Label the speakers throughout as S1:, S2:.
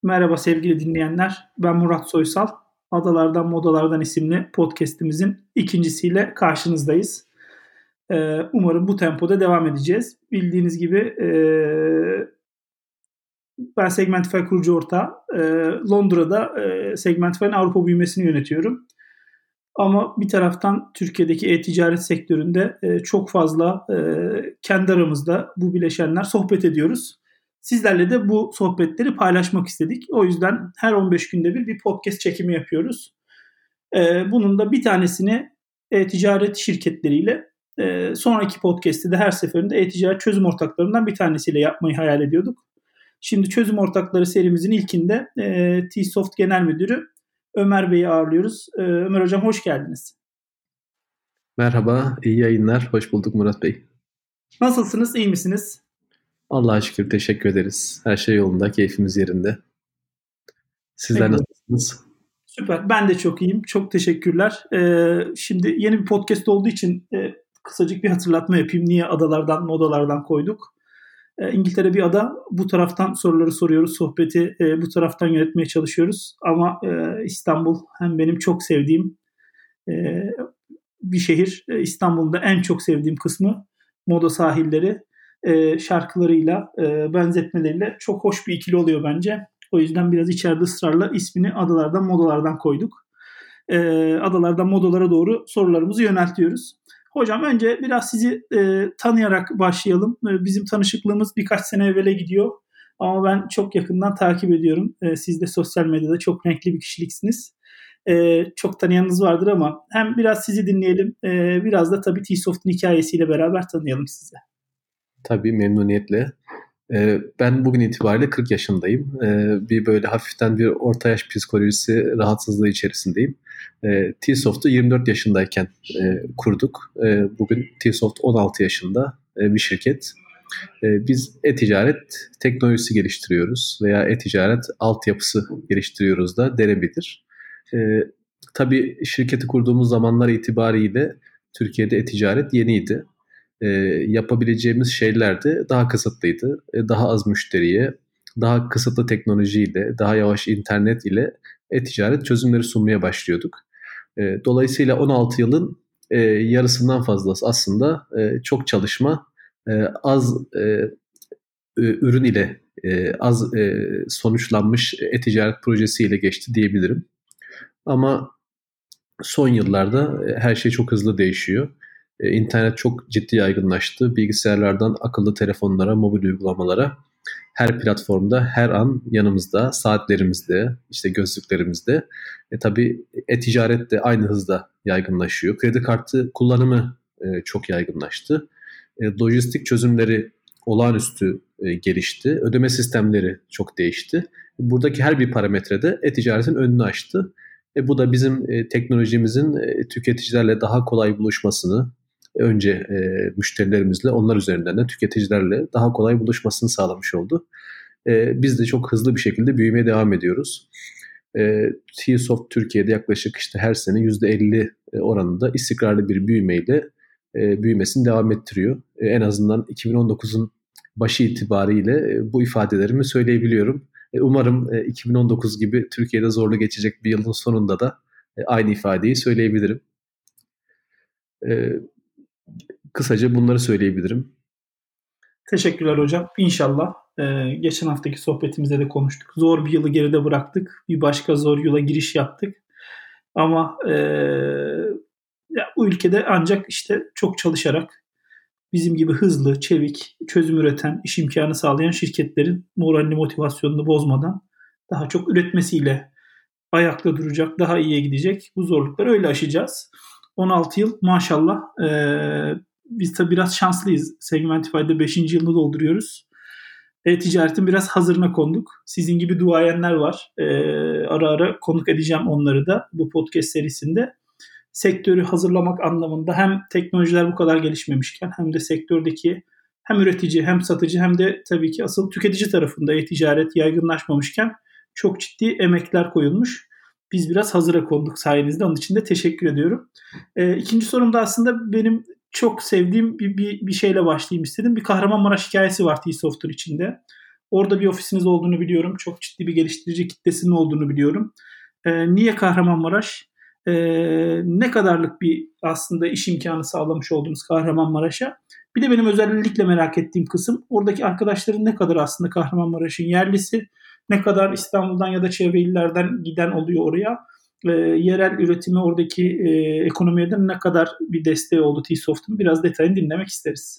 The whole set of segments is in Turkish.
S1: Merhaba sevgili dinleyenler. Ben Murat Soysal. Adalardan Modalardan isimli podcast'imizin ikincisiyle karşınızdayız. Umarım bu tempoda devam edeceğiz. Bildiğiniz gibi ben Segmentify kurucu ortağı. Londra'da Segmentify'ın Avrupa büyümesini yönetiyorum. Ama bir taraftan Türkiye'deki e-ticaret sektöründe çok fazla kendi aramızda bu bileşenler sohbet ediyoruz. Sizlerle de bu sohbetleri paylaşmak istedik. O yüzden her 15 günde bir podcast çekimi yapıyoruz. Bunun da bir tanesini e-ticaret şirketleriyle, sonraki podcast'i de her seferinde e-ticaret çözüm ortaklarından bir tanesiyle yapmayı hayal ediyorduk. Şimdi çözüm ortakları serimizin ilkinde T-Soft Genel Müdürü Ömer Bey'i ağırlıyoruz. Ömer Hocam hoş geldiniz.
S2: Merhaba, iyi yayınlar. Hoş bulduk Murat Bey.
S1: Nasılsınız, iyi misiniz?
S2: Allah'a şükür, teşekkür ederiz. Her şey yolunda, keyfimiz yerinde. Sizler nasılsınız?
S1: Süper, ben de çok iyiyim. Çok teşekkürler. Şimdi yeni bir podcast olduğu için kısacık bir hatırlatma yapayım. Niye adalardan, modalardan koyduk? İngiltere bir ada. Bu taraftan soruları soruyoruz. Sohbeti bu taraftan yönetmeye çalışıyoruz. Ama İstanbul hem benim çok sevdiğim bir şehir. İstanbul'da en çok sevdiğim kısmı moda sahilleri. Şarkılarıyla, benzetmeleriyle çok hoş bir ikili oluyor bence. O yüzden biraz içeride ısrarla ismini Adalardan Modalardan koyduk. Adalardan Modalara doğru sorularımızı yöneltiyoruz. Hocam önce biraz sizi tanıyarak başlayalım. Bizim tanışıklığımız birkaç sene evvele gidiyor. Ama ben çok yakından takip ediyorum. Siz de sosyal medyada çok renkli bir kişiliksiniz. Çok tanıyanınız vardır ama hem biraz sizi dinleyelim, biraz da tabii T-Soft'un hikayesiyle beraber tanıyalım sizi.
S2: Tabii memnuniyetle. Ben bugün itibariyle 40 yaşındayım. Bir böyle hafiften bir orta yaş psikolojisi rahatsızlığı içerisindeyim. T-Soft'u 24 yaşındayken kurduk. Bugün T-Soft 16 yaşında bir şirket. Biz e-ticaret teknolojisi geliştiriyoruz veya e-ticaret altyapısı geliştiriyoruz da denebilir. Tabii şirketi kurduğumuz zamanlar itibariyle Türkiye'de e-ticaret yeniydi. Yapabileceğimiz şeyler de daha kısıtlıydı. Daha az müşteriye, daha kısıtlı teknolojiyle, daha yavaş internet ile e-ticaret çözümleri sunmaya başlıyorduk. Dolayısıyla 16 yılın yarısından fazlası aslında çok çalışma, az ürün ile az sonuçlanmış e-ticaret projesiyle geçti diyebilirim. Ama son yıllarda her şey çok hızlı değişiyor. İnternet çok ciddi yaygınlaştı. Bilgisayarlardan akıllı telefonlara, mobil uygulamalara her platformda, her an yanımızda, saatlerimizde, işte gözlüklerimizde. Tabii e-ticaret de aynı hızda yaygınlaşıyor. Kredi kartı kullanımı çok yaygınlaştı. Lojistik çözümleri olağanüstü gelişti. Ödeme sistemleri çok değişti. Buradaki her bir parametrede e-ticaretin önünü açtı. Bu da bizim teknolojimizin tüketicilerle daha kolay buluşmasını, önce müşterilerimizle, onlar üzerinden de tüketicilerle daha kolay buluşmasını sağlamış oldu. Biz de çok hızlı bir şekilde büyümeye devam ediyoruz. T-Soft Türkiye'de yaklaşık işte her sene %50 oranında istikrarlı bir büyümeyle büyümesini devam ettiriyor. En azından 2019'un başı itibariyle bu ifadelerimi söyleyebiliyorum. Umarım 2019 gibi Türkiye'de zorlu geçecek bir yılın sonunda da aynı ifadeyi söyleyebilirim. Kısaca bunları söyleyebilirim.
S1: Teşekkürler hocam. İnşallah geçen haftaki sohbetimizde de konuştuk. Zor bir yılı geride bıraktık. Bir başka zor yıla giriş yaptık. Ama ya, bu ülkede ancak işte çok çalışarak bizim gibi hızlı, çevik, çözüm üreten, iş imkanı sağlayan şirketlerin moralini, motivasyonunu bozmadan daha çok üretmesiyle ayakta duracak, daha iyiye gidecek. Bu zorlukları öyle aşacağız. 16 yıl maşallah. Biz tabii biraz şanslıyız. Segmentify'da 5. yılını dolduruyoruz. E-ticaretin biraz hazırına konduk. Sizin gibi duayenler var. Ara ara konuk edeceğim onları da bu podcast serisinde. Sektörü hazırlamak anlamında hem teknolojiler bu kadar gelişmemişken hem de sektördeki hem üretici hem satıcı hem de tabii ki asıl tüketici tarafında e-ticaret yaygınlaşmamışken çok ciddi emekler koyulmuş. Biz biraz hazıra konduk sayenizde. Onun için de teşekkür ediyorum. İkinci sorum da aslında benim çok sevdiğim bir şeyle başlayayım istedim. Bir Kahramanmaraş hikayesi var T-Soft'un içinde. Orada bir ofisiniz olduğunu biliyorum. Çok ciddi bir geliştirici kitlesinin olduğunu biliyorum. Niye Kahramanmaraş? Ne kadarlık bir aslında iş imkanı sağlamış oldunuz Kahramanmaraş'a? Bir de benim özellikle merak ettiğim kısım, oradaki arkadaşların ne kadar aslında Kahramanmaraş'ın yerlisi, ne kadar İstanbul'dan ya da çevre illerden giden oluyor oraya? Yerel üretimi, oradaki ekonomiye de ne kadar bir desteği oldu T-Soft'un? Biraz detayını dinlemek isteriz.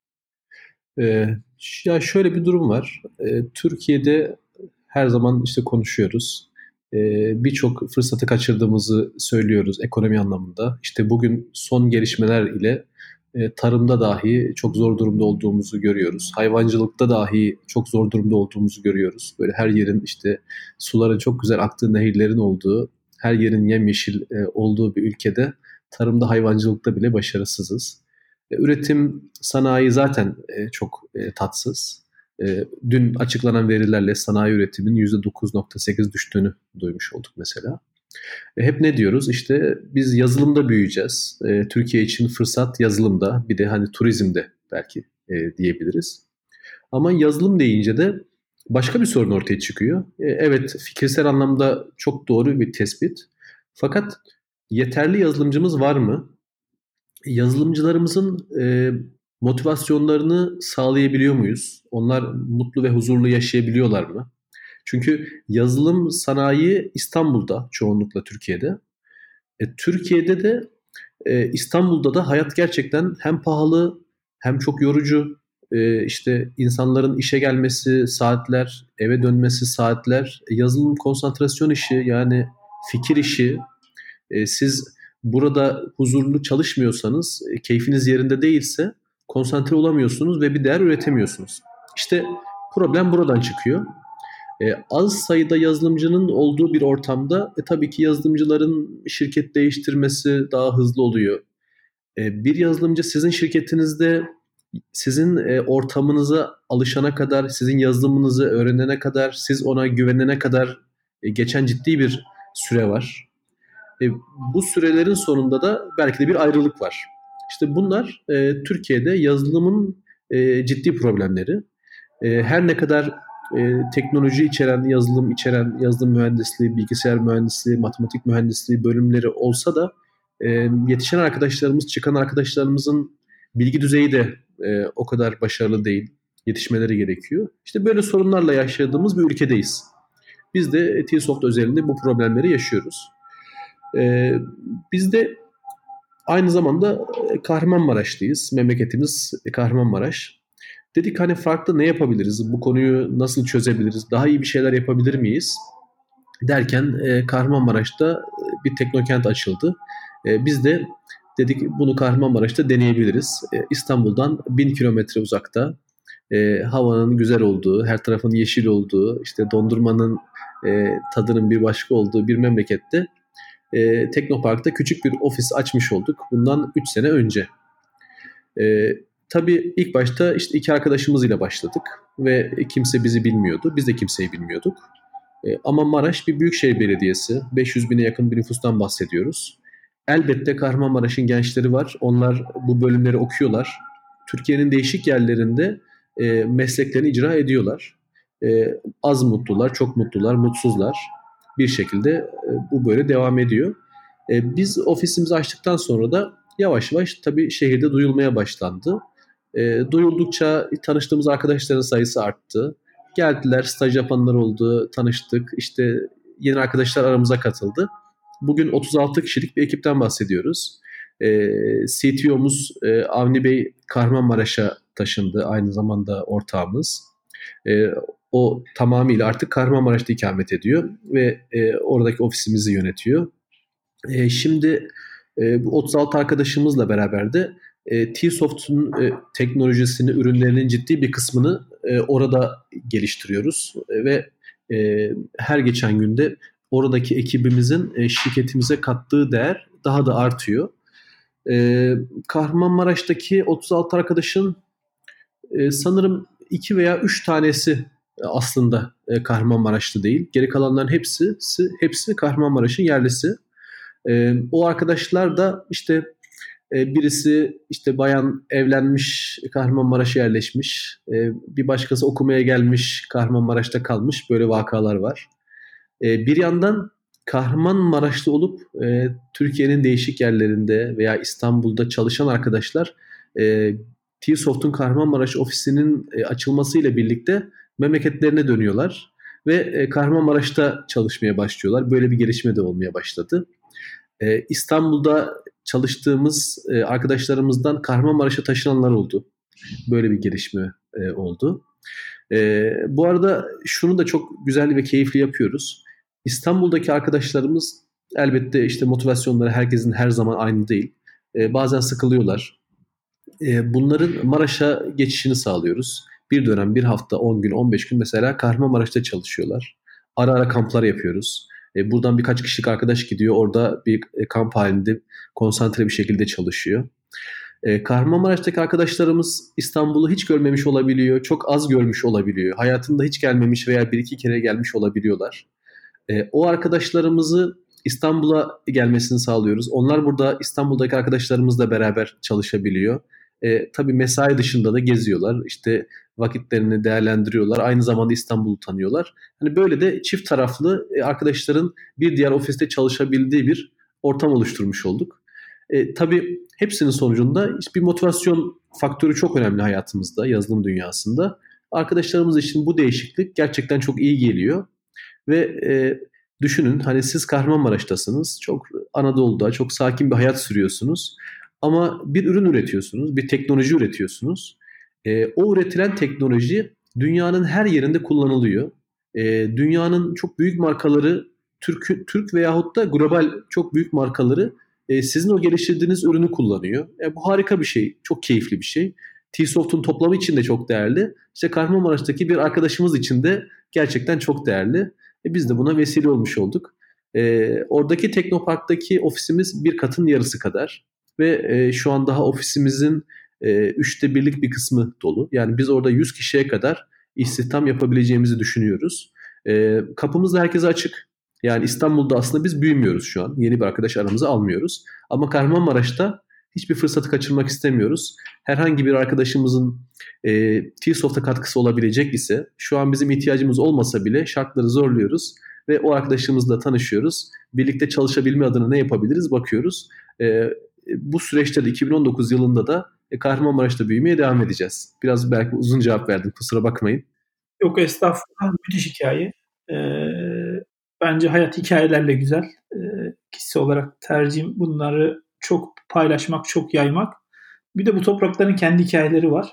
S2: Ya şöyle bir durum var. Türkiye'de her zaman işte konuşuyoruz. Birçok fırsatı kaçırdığımızı söylüyoruz ekonomi anlamında. İşte bugün son gelişmeler ile tarımda dahi çok zor durumda olduğumuzu görüyoruz. Hayvancılıkta dahi çok zor durumda olduğumuzu görüyoruz. Böyle her yerin işte suların çok güzel aktığı nehirlerin olduğu, her yerin yemyeşil olduğu bir ülkede tarımda, hayvancılıkta bile başarısızız. Üretim sanayi zaten çok tatsız. Dün açıklanan verilerle sanayi üretiminin %9,8 düştüğünü duymuş olduk mesela. Hep ne diyoruz? İşte biz yazılımda büyüyeceğiz. Türkiye için fırsat yazılımda, bir de hani turizmde belki diyebiliriz. Ama yazılım deyince de başka bir sorun ortaya çıkıyor. Evet, fikirsel anlamda çok doğru bir tespit. Fakat yeterli yazılımcımız var mı? Yazılımcılarımızın motivasyonlarını sağlayabiliyor muyuz? Onlar mutlu ve huzurlu yaşayabiliyorlar mı? Çünkü yazılım sanayi İstanbul'da, çoğunlukla Türkiye'de. Türkiye'de de İstanbul'da da hayat gerçekten hem pahalı hem çok yorucu. İşte insanların işe gelmesi saatler, eve dönmesi saatler, yazılım konsantrasyon işi, yani fikir işi. Siz burada huzurlu çalışmıyorsanız, keyfiniz yerinde değilse konsantre olamıyorsunuz ve bir değer üretemiyorsunuz. İşte problem buradan çıkıyor. Az sayıda yazılımcının olduğu bir ortamda tabii ki yazılımcıların şirket değiştirmesi daha hızlı oluyor. Bir yazılımcı sizin şirketinizde sizin ortamınıza alışana kadar, sizin yazılımınızı öğrenene kadar, siz ona güvenene kadar geçen ciddi bir süre var. Bu sürelerin sonunda da belki de bir ayrılık var. İşte bunlar Türkiye'de yazılımın ciddi problemleri. Her ne kadar teknoloji içeren, yazılım mühendisliği, bilgisayar mühendisliği, matematik mühendisliği bölümleri olsa da yetişen arkadaşlarımız, çıkan arkadaşlarımızın bilgi düzeyi de o kadar başarılı değil. Yetişmeleri gerekiyor. İşte böyle sorunlarla yaşadığımız bir ülkedeyiz. Biz de T-Soft özelinde bu problemleri yaşıyoruz. Biz de aynı zamanda Kahramanmaraşlıyız. Memleketimiz Kahramanmaraş. Dedik hani farklı ne yapabiliriz? Bu konuyu nasıl çözebiliriz? Daha iyi bir şeyler yapabilir miyiz? Derken Kahramanmaraş'ta bir teknokent açıldı. Biz de dedik bunu Kahramanmaraş'ta deneyebiliriz. İstanbul'dan 1000 kilometre uzakta, havanın güzel olduğu, her tarafın yeşil olduğu, işte dondurmanın tadının bir başka olduğu bir memlekette Teknopark'ta küçük bir ofis açmış olduk. Bundan 3 sene önce. Tabii ilk başta işte 2 arkadaşımız ile başladık ve kimse bizi bilmiyordu. Biz de kimseyi bilmiyorduk. Ama Maraş bir büyükşehir belediyesi. 500 bine yakın bir nüfustan bahsediyoruz. Elbette Kahramanmaraş'ın gençleri var. Onlar bu bölümleri okuyorlar. Türkiye'nin değişik yerlerinde mesleklerini icra ediyorlar. Az mutlular, çok mutlular, mutsuzlar. Bir şekilde bu böyle devam ediyor. Biz ofisimizi açtıktan sonra da yavaş yavaş tabii şehirde duyulmaya başlandı. Duyuldukça tanıştığımız arkadaşların sayısı arttı. Geldiler, staj yapanlar oldu, tanıştık. İşte yeni arkadaşlar aramıza katıldı. Bugün 36 kişilik bir ekipten bahsediyoruz. CTO'muz Avni Bey Kahramanmaraş'a taşındı. Aynı zamanda ortağımız. O tamamıyla artık Kahramanmaraş'ta ikamet ediyor ve oradaki ofisimizi yönetiyor. Şimdi bu 36 arkadaşımızla beraber de T-Soft'un teknolojisini, ürünlerinin ciddi bir kısmını orada geliştiriyoruz ve her geçen günde oradaki ekibimizin şirketimize kattığı değer daha da artıyor. Kahramanmaraş'taki 36 arkadaşın sanırım 2 veya 3 tanesi aslında Kahramanmaraşlı değil. Geri kalanların hepsi Kahramanmaraş'ın yerlisi. O arkadaşlar da işte Birisi işte bayan evlenmiş, Kahramanmaraş'a yerleşmiş. Bir başkası okumaya gelmiş, Kahramanmaraş'ta kalmış. Böyle vakalar var. Bir yandan Kahramanmaraş'ta olup Türkiye'nin değişik yerlerinde veya İstanbul'da çalışan arkadaşlar T-Soft'un Kahramanmaraş ofisinin açılmasıyla birlikte memleketlerine dönüyorlar ve Kahramanmaraş'ta çalışmaya başlıyorlar. Böyle bir gelişme de olmaya başladı. İstanbul'da çalıştığımız arkadaşlarımızdan Kahramanmaraş'a taşınanlar oldu. Böyle bir gelişme oldu. Bu arada şunu da çok güzel ve keyifli yapıyoruz. İstanbul'daki arkadaşlarımız elbette işte motivasyonları herkesin her zaman aynı değil. Bazen sıkılıyorlar. Bunların Maraş'a geçişini sağlıyoruz. Bir dönem, bir hafta, 10 gün, 15 gün mesela Kahramanmaraş'ta çalışıyorlar. Ara ara kamplar yapıyoruz. Buradan birkaç kişilik arkadaş gidiyor. Orada bir kamp halinde konsantre bir şekilde çalışıyor. Kahramanmaraş'taki arkadaşlarımız İstanbul'u hiç görmemiş olabiliyor. Çok az görmüş olabiliyor. Hayatında hiç gelmemiş veya bir iki kere gelmiş olabiliyorlar. O arkadaşlarımızı İstanbul'a gelmesini sağlıyoruz. Onlar burada İstanbul'daki arkadaşlarımızla beraber çalışabiliyor. Tabii mesai dışında da geziyorlar. İşte vakitlerini değerlendiriyorlar. Aynı zamanda İstanbul'u tanıyorlar. Hani böyle de çift taraflı arkadaşların bir diğer ofiste çalışabildiği bir ortam oluşturmuş olduk. Tabii hepsinin sonucunda bir motivasyon faktörü çok önemli hayatımızda, yazılım dünyasında. Arkadaşlarımız için bu değişiklik gerçekten çok iyi geliyor. Ve düşünün hani siz Kahramanmaraş'tasınız. Çok Anadolu'da çok sakin bir hayat sürüyorsunuz. Ama bir ürün üretiyorsunuz, bir teknoloji üretiyorsunuz. O üretilen teknoloji dünyanın her yerinde kullanılıyor. Dünyanın çok büyük markaları, Türk veyahut da global çok büyük markaları sizin o geliştirdiğiniz ürünü kullanıyor. Bu harika bir şey, çok keyifli bir şey. T-Soft'un toplamı için de çok değerli. İşte Kahramanmaraş'taki bir arkadaşımız için de gerçekten çok değerli. Biz de buna vesile olmuş olduk. Oradaki Teknopark'taki ofisimiz bir katın yarısı kadar. Ve şu an daha ofisimizin 1/3'lik bir kısmı dolu. Yani biz orada 100 kişiye kadar istihdam yapabileceğimizi düşünüyoruz. Kapımız da herkese açık. Yani İstanbul'da aslında biz büyümüyoruz şu an. Yeni bir arkadaş aramıza almıyoruz. Ama Kahramanmaraş'ta hiçbir fırsatı kaçırmak istemiyoruz. Herhangi bir arkadaşımızın T-Soft'a katkısı olabilecek ise şu an bizim ihtiyacımız olmasa bile şartları zorluyoruz ve o arkadaşımızla tanışıyoruz. Birlikte çalışabilme adına ne yapabiliriz bakıyoruz. Bu süreçte de 2019 yılında da Kahramanmaraş'ta büyümeye devam edeceğiz. Biraz belki uzun cevap verdim, kusura bakmayın.
S1: Yok estağfurullah, müthiş hikaye. Bence hayat hikayelerle güzel. Kişi olarak tercihim bunları çok paylaşmak, çok yaymak. Bir de bu toprakların kendi hikayeleri var.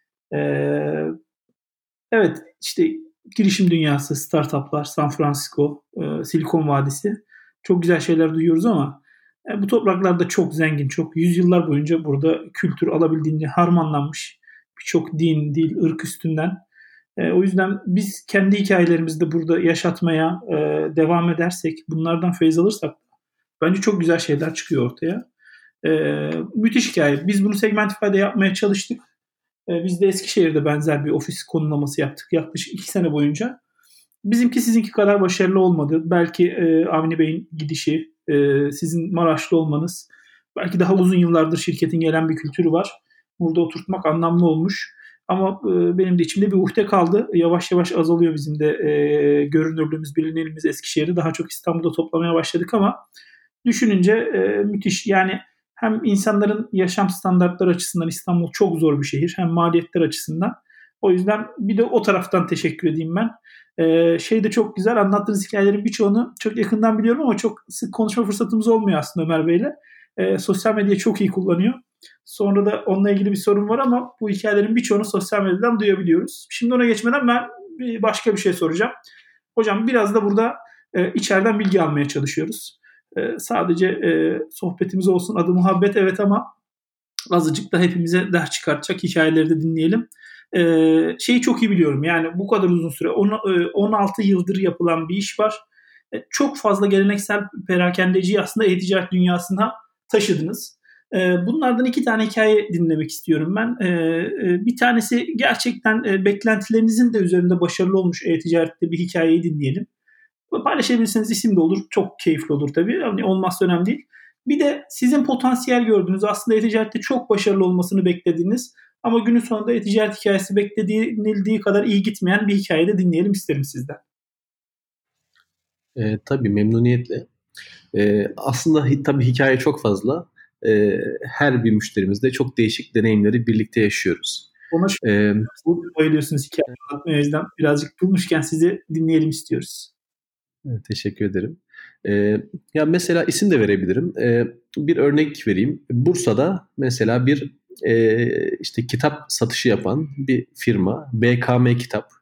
S1: Evet işte girişim dünyası, startuplar, San Francisco, Silikon Vadisi çok güzel şeyler duyuyoruz ama bu topraklarda çok zengin, çok yüzyıllar boyunca burada kültür alabildiğince harmanlanmış. Birçok din, dil, ırk üstünden. O yüzden biz kendi hikayelerimizi de burada yaşatmaya devam edersek, bunlardan feyz alırsak bence çok güzel şeyler çıkıyor ortaya. Müthiş hikaye. Biz bunu Segmentify'de yapmaya çalıştık. Biz de Eskişehir'de benzer bir ofis konumlaması yaptık yaklaşık 2 sene boyunca. Bizimki sizinki kadar başarılı olmadı. Belki Avni Bey'in gidişi, sizin Maraş'ta olmanız, belki daha uzun yıllardır şirketin gelen bir kültürü var. Burada oturtmak anlamlı olmuş. Ama benim de içimde bir uhde kaldı. Yavaş yavaş azalıyor bizim de görünürlüğümüz, bilinirliğimiz Eskişehir'i. Daha çok İstanbul'da toplamaya başladık ama düşününce müthiş. Yani hem insanların yaşam standartları açısından İstanbul çok zor bir şehir. Hem maliyetler açısından. O yüzden bir de o taraftan teşekkür edeyim ben. Şey de çok güzel. Anlattığınız hikayelerin birçoğunu çok yakından biliyorum ama çok sık konuşma fırsatımız olmuyor aslında Ömer Bey'le. Sosyal medyayı çok iyi kullanıyor. Sonra da onunla ilgili bir sorun var ama bu hikayelerin birçoğunu sosyal medyadan duyabiliyoruz. Şimdi ona geçmeden ben başka bir şey soracağım. Hocam biraz da burada içeriden bilgi almaya çalışıyoruz. Sadece sohbetimiz olsun, adı muhabbet evet ama azıcık da hepimize ders çıkartacak hikayeleri de dinleyelim. Şeyi çok iyi biliyorum, yani bu kadar uzun süre 16 yıldır yapılan bir iş var. Çok fazla geleneksel perakendeciyi aslında e-ticaret dünyasına taşıdınız. Bunlardan 2 tane hikaye dinlemek istiyorum ben. Bir tanesi gerçekten beklentilerinizin de üzerinde başarılı olmuş e-ticarette bir hikayeyi dinleyelim. Paylaşabilirseniz isim de olur. Çok keyifli olur tabii. Yani olmazsa önemli değil. Bir de sizin potansiyel gördüğünüz, aslında e-ticarette çok başarılı olmasını beklediğiniz ama günün sonunda e-ticaret hikayesi beklenildiği kadar iyi gitmeyen bir hikaye de dinleyelim isterim sizden.
S2: Tabii memnuniyetle. Aslında tabii hikaye çok fazla. Her bir müşterimizde çok değişik deneyimleri birlikte yaşıyoruz.
S1: Ona bayılıyorsunuz hikaye anlatmaya, o yüzden birazcık bulmuşken sizi dinleyelim istiyoruz.
S2: Teşekkür ederim. Ya mesela isim de verebilirim. Bir örnek vereyim. Bursa'da mesela bir işte kitap satışı yapan bir firma, BKM Kitap.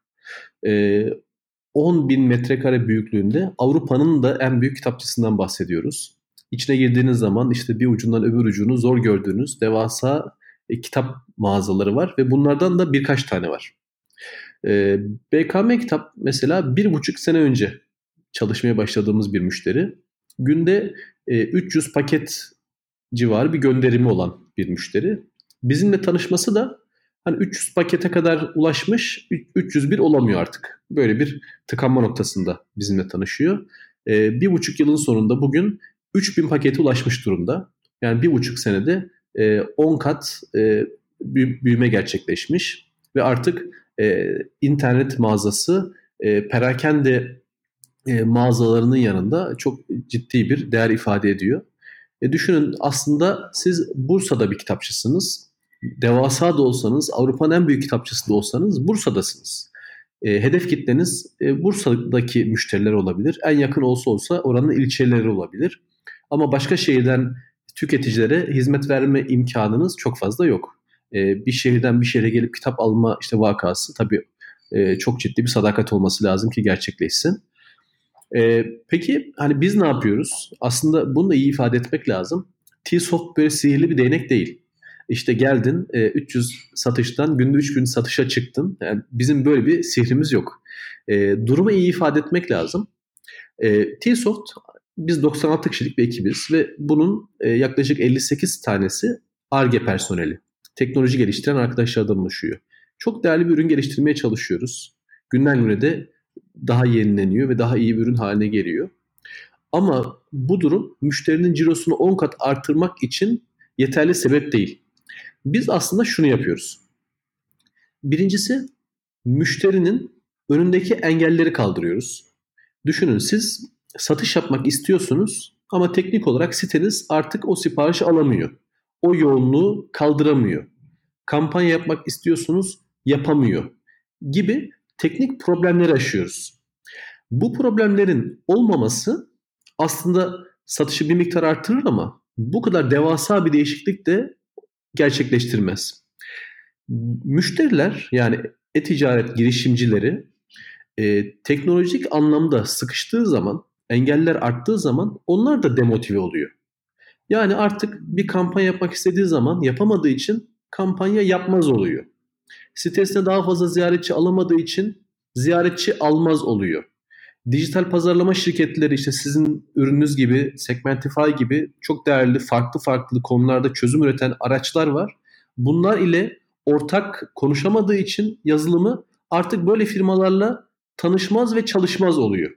S2: 10 bin metrekare büyüklüğünde Avrupa'nın da en büyük kitapçısından bahsediyoruz. İçine girdiğiniz zaman işte bir ucundan öbür ucunu zor gördüğünüz devasa kitap mağazaları var ve bunlardan da birkaç tane var. BKM Kitap mesela 1,5 sene önce çalışmaya başladığımız bir müşteri. Günde 300 paket civarı bir gönderimi olan bir müşteri. Bizimle tanışması da hani 300 pakete kadar ulaşmış, 301 olamıyor artık. Böyle bir tıkanma noktasında bizimle tanışıyor. 1,5 yılın sonunda bugün 3000 pakete ulaşmış durumda. Yani 1,5 senede 10 kat büyüme gerçekleşmiş ve artık internet mağazası perakende mağazalarının yanında çok ciddi bir değer ifade ediyor. Düşünün, aslında siz Bursa'da bir kitapçısınız. Devasa da olsanız, Avrupa'nın en büyük kitapçısı da olsanız Bursa'dasınız. Hedef kitleniz Bursa'daki müşteriler olabilir. En yakın olsa oranın ilçeleri olabilir. Ama başka şehirden tüketicilere hizmet verme imkanınız çok fazla yok. Bir şehirden bir şehre gelip kitap alma işte vakası tabii çok ciddi bir sadakat olması lazım ki gerçekleşsin. Peki hani biz ne yapıyoruz? Aslında bunu da iyi ifade etmek lazım. T-Soft böyle sihirli bir değnek değil. İşte geldin 300 satıştan günde 3 gün satışa çıktın. Yani bizim böyle bir sihrimiz yok. Durumu iyi ifade etmek lazım. T-Soft, biz 96 kişilik bir ekibiz ve bunun yaklaşık 58 tanesi Ar-Ge personeli. Teknoloji geliştiren arkadaşlardan oluşuyor. Çok değerli bir ürün geliştirmeye çalışıyoruz. Günden güne de daha yenileniyor ve daha iyi bir ürün haline geliyor. Ama bu durum müşterinin cirosunu 10 kat artırmak için yeterli sebep değil. Biz aslında şunu yapıyoruz. Birincisi, müşterinin önündeki engelleri kaldırıyoruz. Düşünün, siz satış yapmak istiyorsunuz ama teknik olarak siteniz artık o siparişi alamıyor. O yoğunluğu kaldıramıyor. Kampanya yapmak istiyorsunuz, yapamıyor gibi teknik problemleri aşıyoruz. Bu problemlerin olmaması aslında satışı bir miktar artırır ama bu kadar devasa bir değişiklik de gerçekleştirmez. Müşteriler, yani e-ticaret girişimcileri teknolojik anlamda sıkıştığı zaman, engeller arttığı zaman onlar da demotive oluyor. Yani artık bir kampanya yapmak istediği zaman yapamadığı için kampanya yapmaz oluyor. Sitesine daha fazla ziyaretçi alamadığı için ziyaretçi almaz oluyor. Dijital pazarlama şirketleri, işte sizin ürününüz gibi, Segmentify gibi çok değerli farklı konularda çözüm üreten araçlar var. Bunlar ile ortak konuşamadığı için yazılımı artık böyle firmalarla tanışmaz ve çalışmaz oluyor.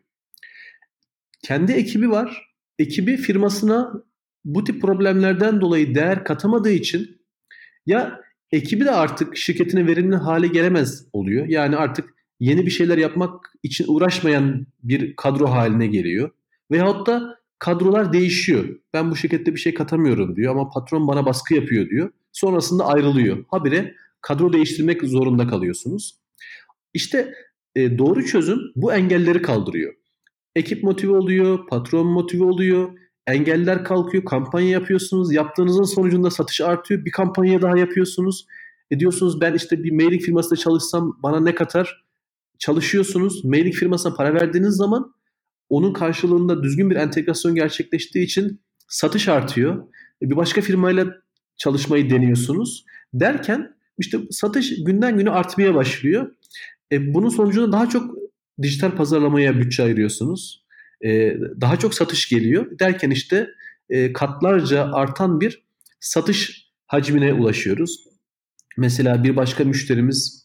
S2: Kendi ekibi var. Ekibi firmasına bu tip problemlerden dolayı değer katamadığı için ya ekibi de artık şirketine verimli hale gelemez oluyor. Yani artık yeni bir şeyler yapmak için uğraşmayan bir kadro haline geliyor. Veyahut da kadrolar değişiyor. Ben bu şirkette bir şey katamıyorum diyor ama patron bana baskı yapıyor diyor. Sonrasında ayrılıyor. Habire kadro değiştirmek zorunda kalıyorsunuz. İşte doğru çözüm bu engelleri kaldırıyor. Ekip motive oluyor, patron motive oluyor, engeller kalkıyor, kampanya yapıyorsunuz. Yaptığınızın sonucunda satış artıyor. Bir kampanya daha yapıyorsunuz. Diyorsunuz ben işte bir mailing firmasında çalışsam bana ne katar? Çalışıyorsunuz. Mailing firmasına para verdiğiniz zaman onun karşılığında düzgün bir entegrasyon gerçekleştiği için satış artıyor. Bir başka firmayla çalışmayı deniyorsunuz. Derken işte satış günden güne artmaya başlıyor. Bunun sonucunda daha çok dijital pazarlamaya bütçe ayırıyorsunuz. Daha çok satış geliyor. Derken işte katlarca artan bir satış hacmine ulaşıyoruz. Mesela bir başka müşterimiz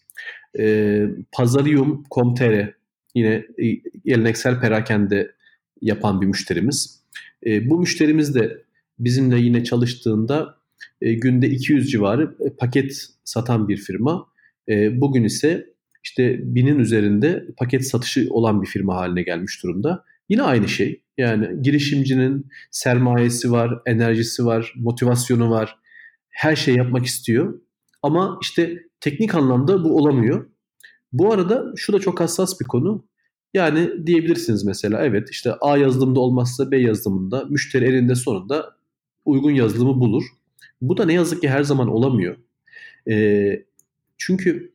S2: Pazarium.com.tr, yine geleneksel perakende yapan bir müşterimiz. Bu müşterimiz de bizimle yine çalıştığında günde 200 civarı paket satan bir firma. Bugün ise işte 1000'in üzerinde paket satışı olan bir firma haline gelmiş durumda. Yine aynı şey. Yani girişimcinin sermayesi var, enerjisi var, motivasyonu var. Her şey yapmak istiyor. Ama işte teknik anlamda bu olamıyor. Bu arada şu da çok hassas bir konu. Yani diyebilirsiniz mesela, evet işte A yazılımda olmazsa B yazılımında müşteri elinde sonunda uygun yazılımı bulur. Bu da ne yazık ki her zaman olamıyor. Çünkü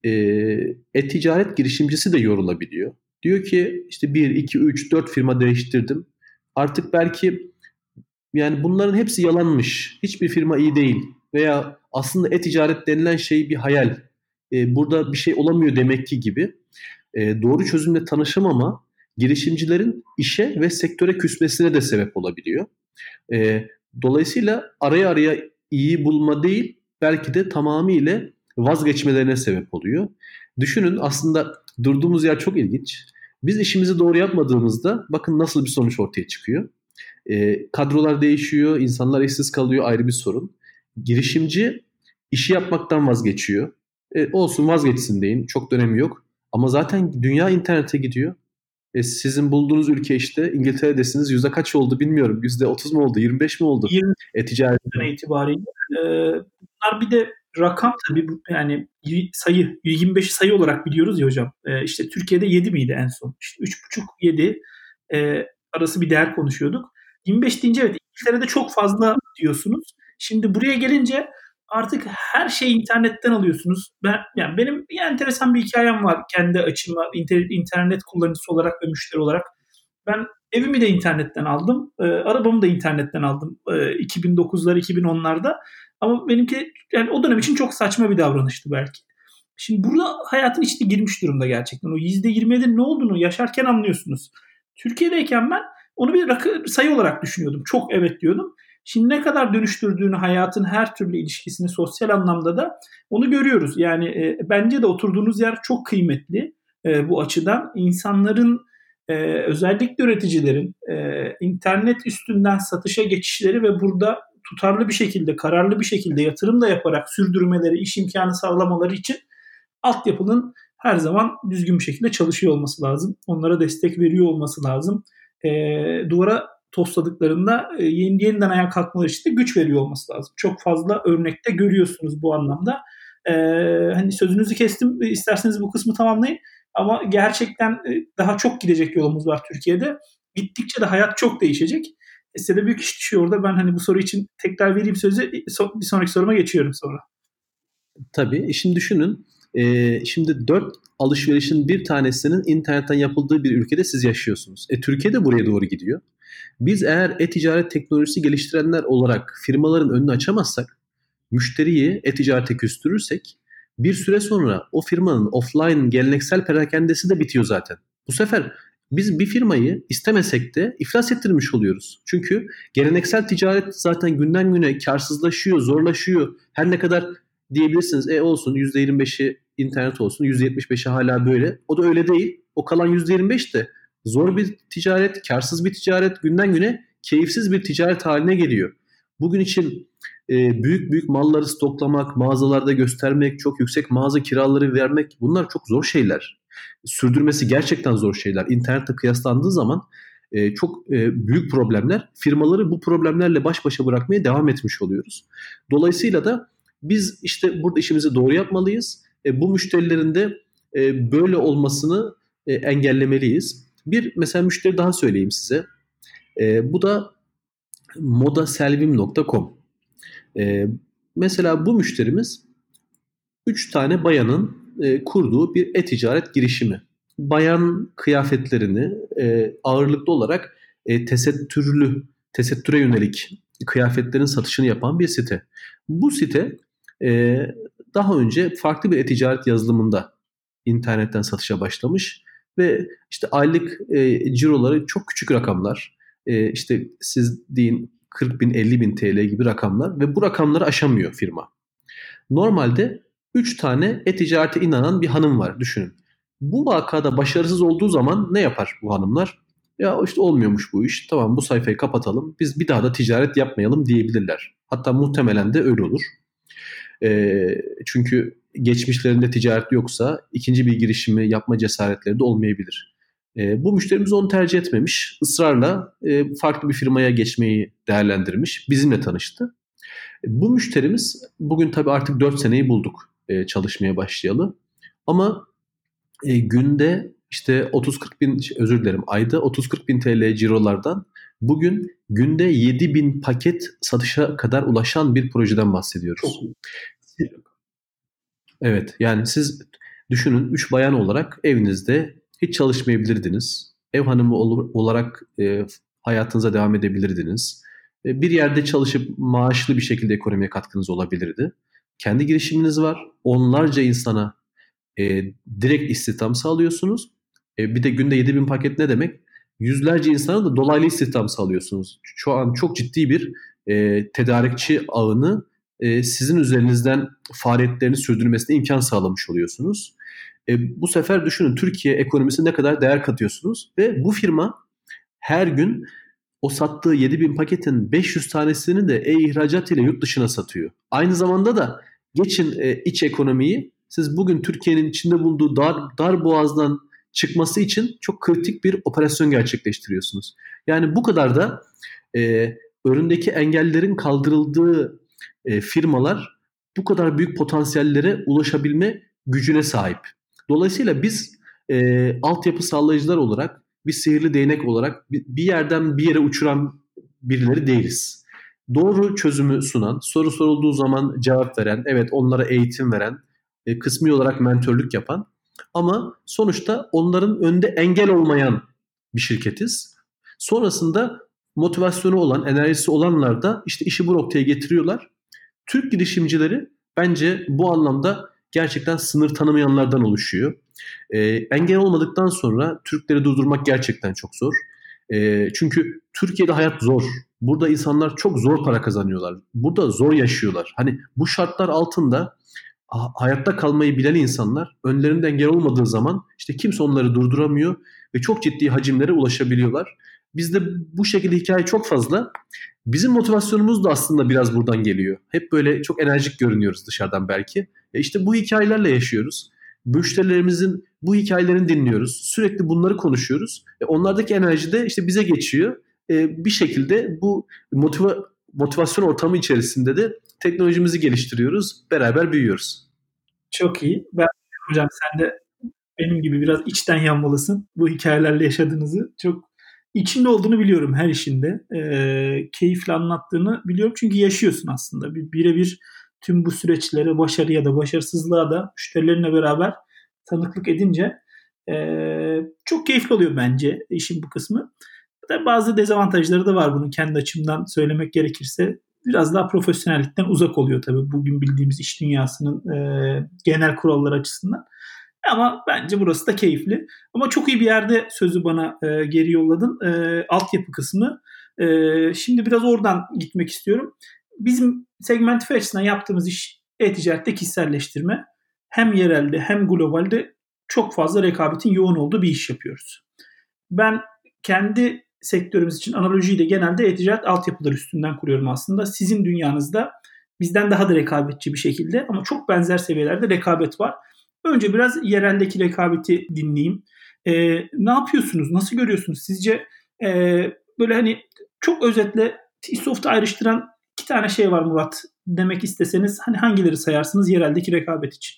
S2: e-ticaret girişimcisi de yorulabiliyor. Diyor ki işte 1, 2, 3, 4 firma değiştirdim. Artık belki yani bunların hepsi yalanmış. Hiçbir firma iyi değil. Veya aslında e-ticaret denilen şey bir hayal. Burada bir şey olamıyor demek ki gibi. Doğru çözümle tanışamama girişimcilerin işe ve sektöre küsmesine de sebep olabiliyor. Dolayısıyla araya iyi bulma değil, belki de tamamıyla vazgeçmelerine sebep oluyor. Düşünün, aslında durduğumuz yer çok ilginç. Biz işimizi doğru yapmadığımızda bakın nasıl bir sonuç ortaya çıkıyor. Kadrolar değişiyor, insanlar işsiz kalıyor, ayrı bir sorun. Girişimci işi yapmaktan vazgeçiyor. Olsun, vazgeçsin deyin, çok da önemi yok. Ama zaten dünya internete gidiyor. Sizin bulduğunuz ülke işte İngiltere'desiniz. Yüzde kaç oldu bilmiyorum. %30 mu oldu? 25 mi oldu?
S1: 20
S2: Ticaret.
S1: sene itibariyle. Bunlar bir de rakam tabii, yani sayı, 25'i sayı olarak biliyoruz ya hocam. İşte Türkiye'de 7 miydi en son? İşte 3,5-7 arası bir değer konuşuyorduk. 25 deyince evet, İngiltere'de çok fazla diyorsunuz. Şimdi buraya gelince artık her şeyi internetten alıyorsunuz. Yani benim bir enteresan bir hikayem var kendi açıma, internet kullanıcısı olarak ve müşteri olarak. Ben evimi de internetten aldım. Arabamı da internetten aldım. 2009'lar, 2010'larda. Ama benimki yani o dönem için çok saçma bir davranıştı belki. Şimdi burada hayatın içine girmiş durumda gerçekten. O %27'nin ne olduğunu yaşarken anlıyorsunuz. Türkiye'deyken ben onu bir sayı olarak düşünüyordum. Çok evet diyordum. Şimdi ne kadar dönüştürdüğünü, hayatın her türlü ilişkisini, sosyal anlamda da onu görüyoruz. Yani bence de oturduğunuz yer çok kıymetli bu açıdan. İnsanların, özellikle üreticilerin internet üstünden satışa geçişleri ve burada tutarlı bir şekilde, kararlı bir şekilde yatırım da yaparak sürdürmeleri, iş imkanı sağlamaları için altyapının her zaman düzgün bir şekilde çalışıyor olması lazım. Onlara destek veriyor olması lazım. Duvara tosladıklarında yeniden ayağa kalkmaları için de güç veriyor olması lazım. Çok fazla örnekte görüyorsunuz bu anlamda. Hani sözünüzü kestim. İsterseniz bu kısmı tamamlayın. Ama gerçekten daha çok gidecek yolumuz var Türkiye'de. Gittikçe de hayat çok değişecek. Size de büyük iş düşüyor orada. Ben hani bu soru için tekrar vereyim sözü. Bir sonraki soruma geçiyorum sonra.
S2: Tabii. Şimdi düşünün. Şimdi 4 alışverişin bir tanesinin internetten yapıldığı bir ülkede siz yaşıyorsunuz. Türkiye buraya doğru gidiyor. Biz eğer e-ticaret teknolojisi geliştirenler olarak firmaların önünü açamazsak, müşteriyi e-ticarete küstürürsek, bir süre sonra o firmanın offline geleneksel perakendesi de bitiyor zaten. Bu sefer biz bir firmayı istemesek de iflas ettirmiş oluyoruz. Çünkü geleneksel ticaret zaten günden güne karsızlaşıyor, zorlaşıyor. Her ne kadar diyebilirsiniz olsun %25'i internet olsun, %75'i hala böyle. O da öyle değil. O kalan %25 de zor bir ticaret, karsız bir ticaret, günden güne keyifsiz bir ticaret haline geliyor. Bugün için büyük büyük malları stoklamak, mağazalarda göstermek, çok yüksek mağaza kiraları vermek, bunlar çok zor şeyler. Sürdürmesi gerçekten zor şeyler. İnternette kıyaslandığı zaman çok büyük problemler. Firmaları bu problemlerle baş başa bırakmaya devam etmiş oluyoruz. Dolayısıyla da biz işte burada işimizi doğru yapmalıyız. Bu müşterilerin de böyle olmasını engellemeliyiz. Bir mesela müşteri daha söyleyeyim size. Bu da modaselvim.com. Mesela bu müşterimiz 3 tane bayanın kurduğu bir e-ticaret girişimi. Bayan kıyafetlerini ağırlıklı olarak tesettüre yönelik kıyafetlerin satışını yapan bir site. Bu site daha önce farklı bir e-ticaret yazılımında internetten satışa başlamış ve işte aylık ciroları çok küçük rakamlar. İşte siz deyin 40 bin, 50 bin TL gibi rakamlar ve bu rakamları aşamıyor firma. Normalde 3 tane e-ticarete inanan bir hanım var, düşünün. Bu vakada başarısız olduğu zaman ne yapar bu hanımlar? Ya işte olmuyormuş bu iş. Tamam, bu sayfayı kapatalım. Biz bir daha da ticaret yapmayalım diyebilirler. Hatta muhtemelen de öyle olur. Çünkü geçmişlerinde ticaret yoksa ikinci bir girişimi yapma cesaretleri de olmayabilir. Bu müşterimiz onu tercih etmemiş. Israrla farklı bir firmaya geçmeyi değerlendirmiş. Bizimle tanıştı. Bu müşterimiz bugün tabii artık 4 seneyi bulduk çalışmaya başlayalı. Ama günde işte 30-40 bin, özür dilerim, ayda 30-40 bin TL cirolardan bugün günde 7 bin paket satışa kadar ulaşan bir projeden
S1: Çok
S2: bahsediyoruz.
S1: iyi.
S2: Evet, yani siz düşünün, 3 bayan olarak evinizde hiç çalışmayabilirdiniz. Ev hanımı olarak hayatınıza devam edebilirdiniz. Bir yerde çalışıp maaşlı bir şekilde ekonomiye katkınız olabilirdi. Kendi girişiminiz var. Onlarca insana direkt istihdam sağlıyorsunuz. Bir de günde 7 bin paket ne demek? Yüzlerce insana da dolaylı istihdam sağlıyorsunuz. Şu an çok ciddi bir tedarikçi ağını sizin üzerinizden faaliyetlerini sürdürmesine imkan sağlamış oluyorsunuz. Bu sefer düşünün, Türkiye ekonomisine ne kadar değer katıyorsunuz ve bu firma her gün o sattığı 7 bin paketin 500 tanesini de e-ihracat ile yurt dışına satıyor. Aynı zamanda da geçin iç ekonomiyi, siz bugün Türkiye'nin içinde bulunduğu dar boğazdan çıkması için çok kritik bir operasyon gerçekleştiriyorsunuz. Yani bu kadar da önündeki engellerin kaldırıldığı firmalar bu kadar büyük potansiyellere ulaşabilme gücüne sahip. Dolayısıyla biz altyapı sağlayıcılar olarak, bir sihirli değnek olarak bir yerden bir yere uçuran birileri değiliz. Doğru çözümü sunan, soru sorulduğu zaman cevap veren, evet onlara eğitim veren, kısmi olarak mentörlük yapan ama sonuçta onların önünde engel olmayan bir şirketiz. Sonrasında motivasyonu olan, enerjisi olanlar da işte işi bu noktaya getiriyorlar. Türk girişimcileri bence bu anlamda gerçekten sınır tanımayanlardan oluşuyor. Engel olmadıktan sonra Türkleri durdurmak gerçekten çok zor. Çünkü Türkiye'de hayat zor. Burada insanlar çok zor para kazanıyorlar. Burada zor yaşıyorlar. Hani bu şartlar altında hayatta kalmayı bilen insanlar önlerinde engel olmadığı zaman işte kimse onları durduramıyor ve çok ciddi hacimlere ulaşabiliyorlar. Bizde bu şekilde hikaye çok fazla. Bizim motivasyonumuz da aslında biraz buradan geliyor. Hep böyle çok enerjik görünüyoruz dışarıdan belki. İşte bu hikayelerle yaşıyoruz. Müşterilerimizin bu hikayelerini dinliyoruz. Sürekli bunları konuşuyoruz. Onlardaki enerji de işte bize geçiyor. Bir şekilde bu motivasyon ortamı içerisinde de teknolojimizi geliştiriyoruz. Beraber büyüyoruz.
S1: Çok iyi. Ben hocam sen de benim gibi biraz içten yanmalısın. Bu hikayelerle yaşadığınızı çok içinde olduğunu biliyorum her işinde. Keyifle anlattığını biliyorum çünkü yaşıyorsun aslında. Birebir tüm bu süreçlere, başarı ya da başarısızlığa da müşterilerinle beraber tanıklık edince çok keyifli oluyor bence işin bu kısmı. Tabii bazı dezavantajları da var bunun, kendi açımdan söylemek gerekirse. Biraz daha profesyonellikten uzak oluyor tabii bugün bildiğimiz iş dünyasının genel kuralları açısından. Ama bence burası da keyifli. Ama çok iyi bir yerde sözü bana geri yolladın. Altyapı kısmı. Şimdi biraz oradan gitmek istiyorum. Bizim Segmentify açısından yaptığımız iş e-ticarette kişiselleştirme. Hem yerelde hem globalde çok fazla rekabetin yoğun olduğu bir iş yapıyoruz. Ben kendi sektörümüz için analojiyi de genelde e-ticaret altyapıları üstünden kuruyorum aslında. Sizin dünyanızda bizden daha da rekabetçi bir şekilde ama çok benzer seviyelerde rekabet var. Önce biraz yereldeki rekabeti dinleyeyim. Ne yapıyorsunuz? Nasıl görüyorsunuz? Sizce böyle hani çok özetle T-Soft'u ayrıştıran iki tane şey var Murat demek isteseniz hani hangileri sayarsınız yereldeki rekabet için?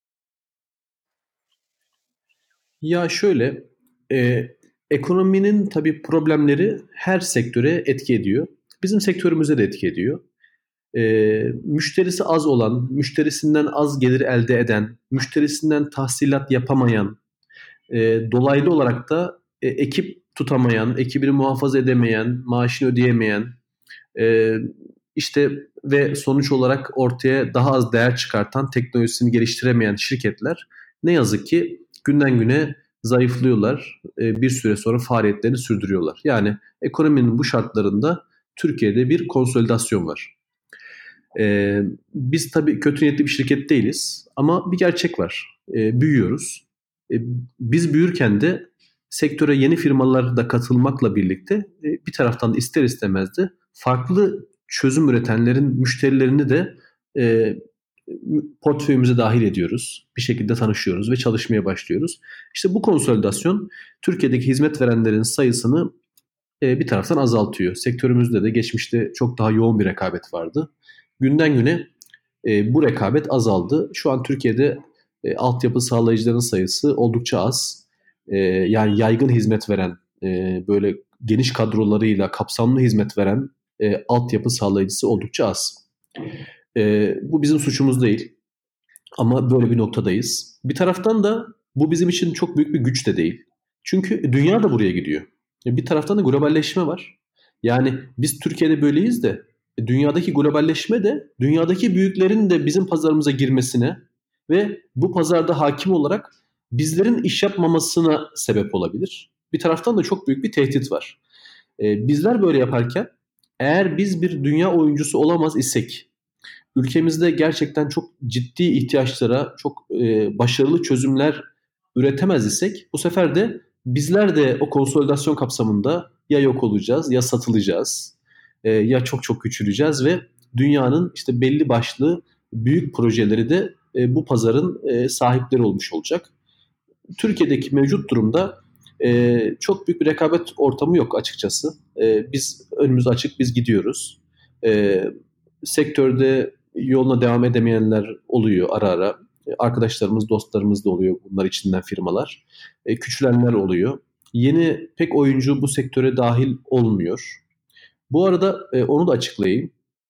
S2: Ya şöyle, e, ekonominin tabii problemleri her sektöre etki ediyor. Bizim sektörümüze de etki ediyor. Müşterisi az olan, müşterisinden az gelir elde eden, müşterisinden tahsilat yapamayan, dolaylı olarak da ekip tutamayan, ekibini muhafaza edemeyen, maaşını ödeyemeyen, e, işte ve sonuç olarak ortaya daha az değer çıkartan, teknolojisini geliştiremeyen şirketler ne yazık ki günden güne zayıflıyorlar. Bir süre sonra faaliyetlerini sürdürüyorlar. Yani ekonominin bu şartlarında Türkiye'de bir konsolidasyon var. Biz tabii kötü niyetli bir şirket değiliz ama bir gerçek var. Büyüyoruz. Biz büyürken de sektöre yeni firmalar da katılmakla birlikte bir taraftan da ister istemez de farklı çözüm üretenlerin müşterilerini de portföyümüze dahil ediyoruz. Bir şekilde tanışıyoruz ve çalışmaya başlıyoruz. İşte bu konsolidasyon Türkiye'deki hizmet verenlerin sayısını bir taraftan azaltıyor. Sektörümüzde de geçmişte çok daha yoğun bir rekabet vardı. Günden güne bu rekabet azaldı. Şu an Türkiye'de altyapı sağlayıcıların sayısı oldukça az. Yani yaygın hizmet veren, böyle geniş kadrolarıyla kapsamlı hizmet veren altyapı sağlayıcısı oldukça az. Bu bizim suçumuz değil. Ama böyle bir noktadayız. Bir taraftan da bu bizim için çok büyük bir güç de değil. Çünkü dünya da buraya gidiyor. Bir taraftan da globalleşme var. Yani biz Türkiye'de böyleyiz de dünyadaki globalleşme de dünyadaki büyüklerin de bizim pazarımıza girmesine ve bu pazarda hakim olarak bizlerin iş yapmamasına sebep olabilir. Bir taraftan da çok büyük bir tehdit var. Bizler böyle yaparken eğer biz bir dünya oyuncusu olamaz isek, ülkemizde gerçekten çok ciddi ihtiyaçlara, çok başarılı çözümler üretemez isek bu sefer de bizler de o konsolidasyon kapsamında ya yok olacağız ya satılacağız ya çok çok küçüleceğiz ve dünyanın işte belli başlı büyük projeleri de bu pazarın sahipleri olmuş olacak. Türkiye'deki mevcut durumda çok büyük bir rekabet ortamı yok açıkçası. Biz önümüz açık, biz gidiyoruz. Sektörde yoluna devam edemeyenler oluyor ara ara. Arkadaşlarımız, dostlarımız da oluyor bunlar içinden firmalar. Küçülenler oluyor. Yeni pek oyuncu bu sektöre dahil olmuyor. Bu arada onu da açıklayayım.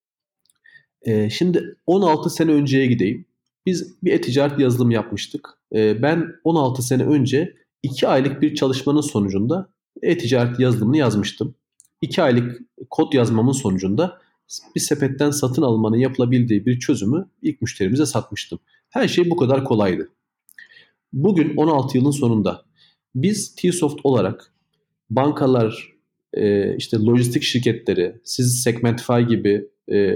S2: Şimdi 16 sene önceye gideyim. Biz bir e-ticaret yazılımı yapmıştık. Ben 16 sene önce 2 aylık bir çalışmanın sonucunda e-ticaret yazılımını yazmıştım. 2 aylık kod yazmamın sonucunda bir sepetten satın almanın yapılabildiği bir çözümü ilk müşterimize satmıştım. Her şey bu kadar kolaydı. Bugün 16 yılın sonunda biz Tsoft olarak bankalar, işte lojistik şirketleri, siz Segmentify gibi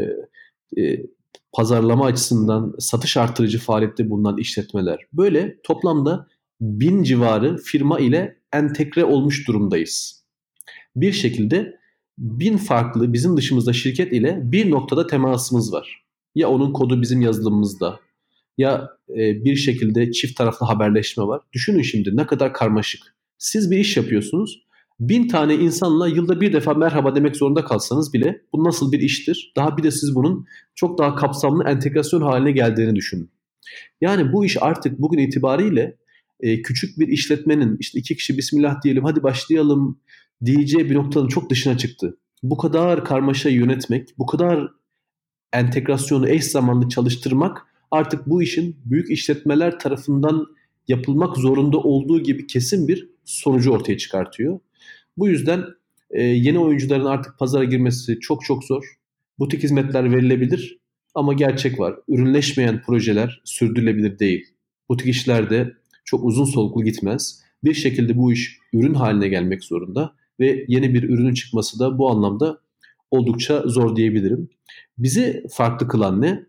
S2: pazarlama açısından satış artırıcı faaliyette bulunan işletmeler, böyle toplamda 1000 civarı firma ile entegre olmuş durumdayız. Bir şekilde 1000 farklı bizim dışımızda şirket ile bir noktada temasımız var. Ya onun kodu bizim yazılımımızda ya bir şekilde çift taraflı haberleşme var. Düşünün şimdi ne kadar karmaşık. Siz bir iş yapıyorsunuz. 1000 tane insanla yılda bir defa merhaba demek zorunda kalsanız bile bu nasıl bir iştir? Daha bir de siz bunun çok daha kapsamlı entegrasyon haline geldiğini düşünün. Yani bu iş artık bugün itibariyle küçük bir işletmenin işte 2 kişi bismillah diyelim hadi başlayalım diyeceği bir noktanın çok dışına çıktı. Bu kadar karmaşayı yönetmek, bu kadar entegrasyonu eş zamanlı çalıştırmak artık bu işin büyük işletmeler tarafından yapılmak zorunda olduğu gibi kesin bir sonucu ortaya çıkartıyor. Bu yüzden yeni oyuncuların artık pazara girmesi çok çok zor. Butik hizmetler verilebilir ama gerçek var. Ürünleşmeyen projeler sürdürülebilir değil. Butik işlerde çok uzun soluklu gitmez. Bir şekilde bu iş ürün haline gelmek zorunda ve yeni bir ürünün çıkması da bu anlamda oldukça zor diyebilirim. Bizi farklı kılan ne?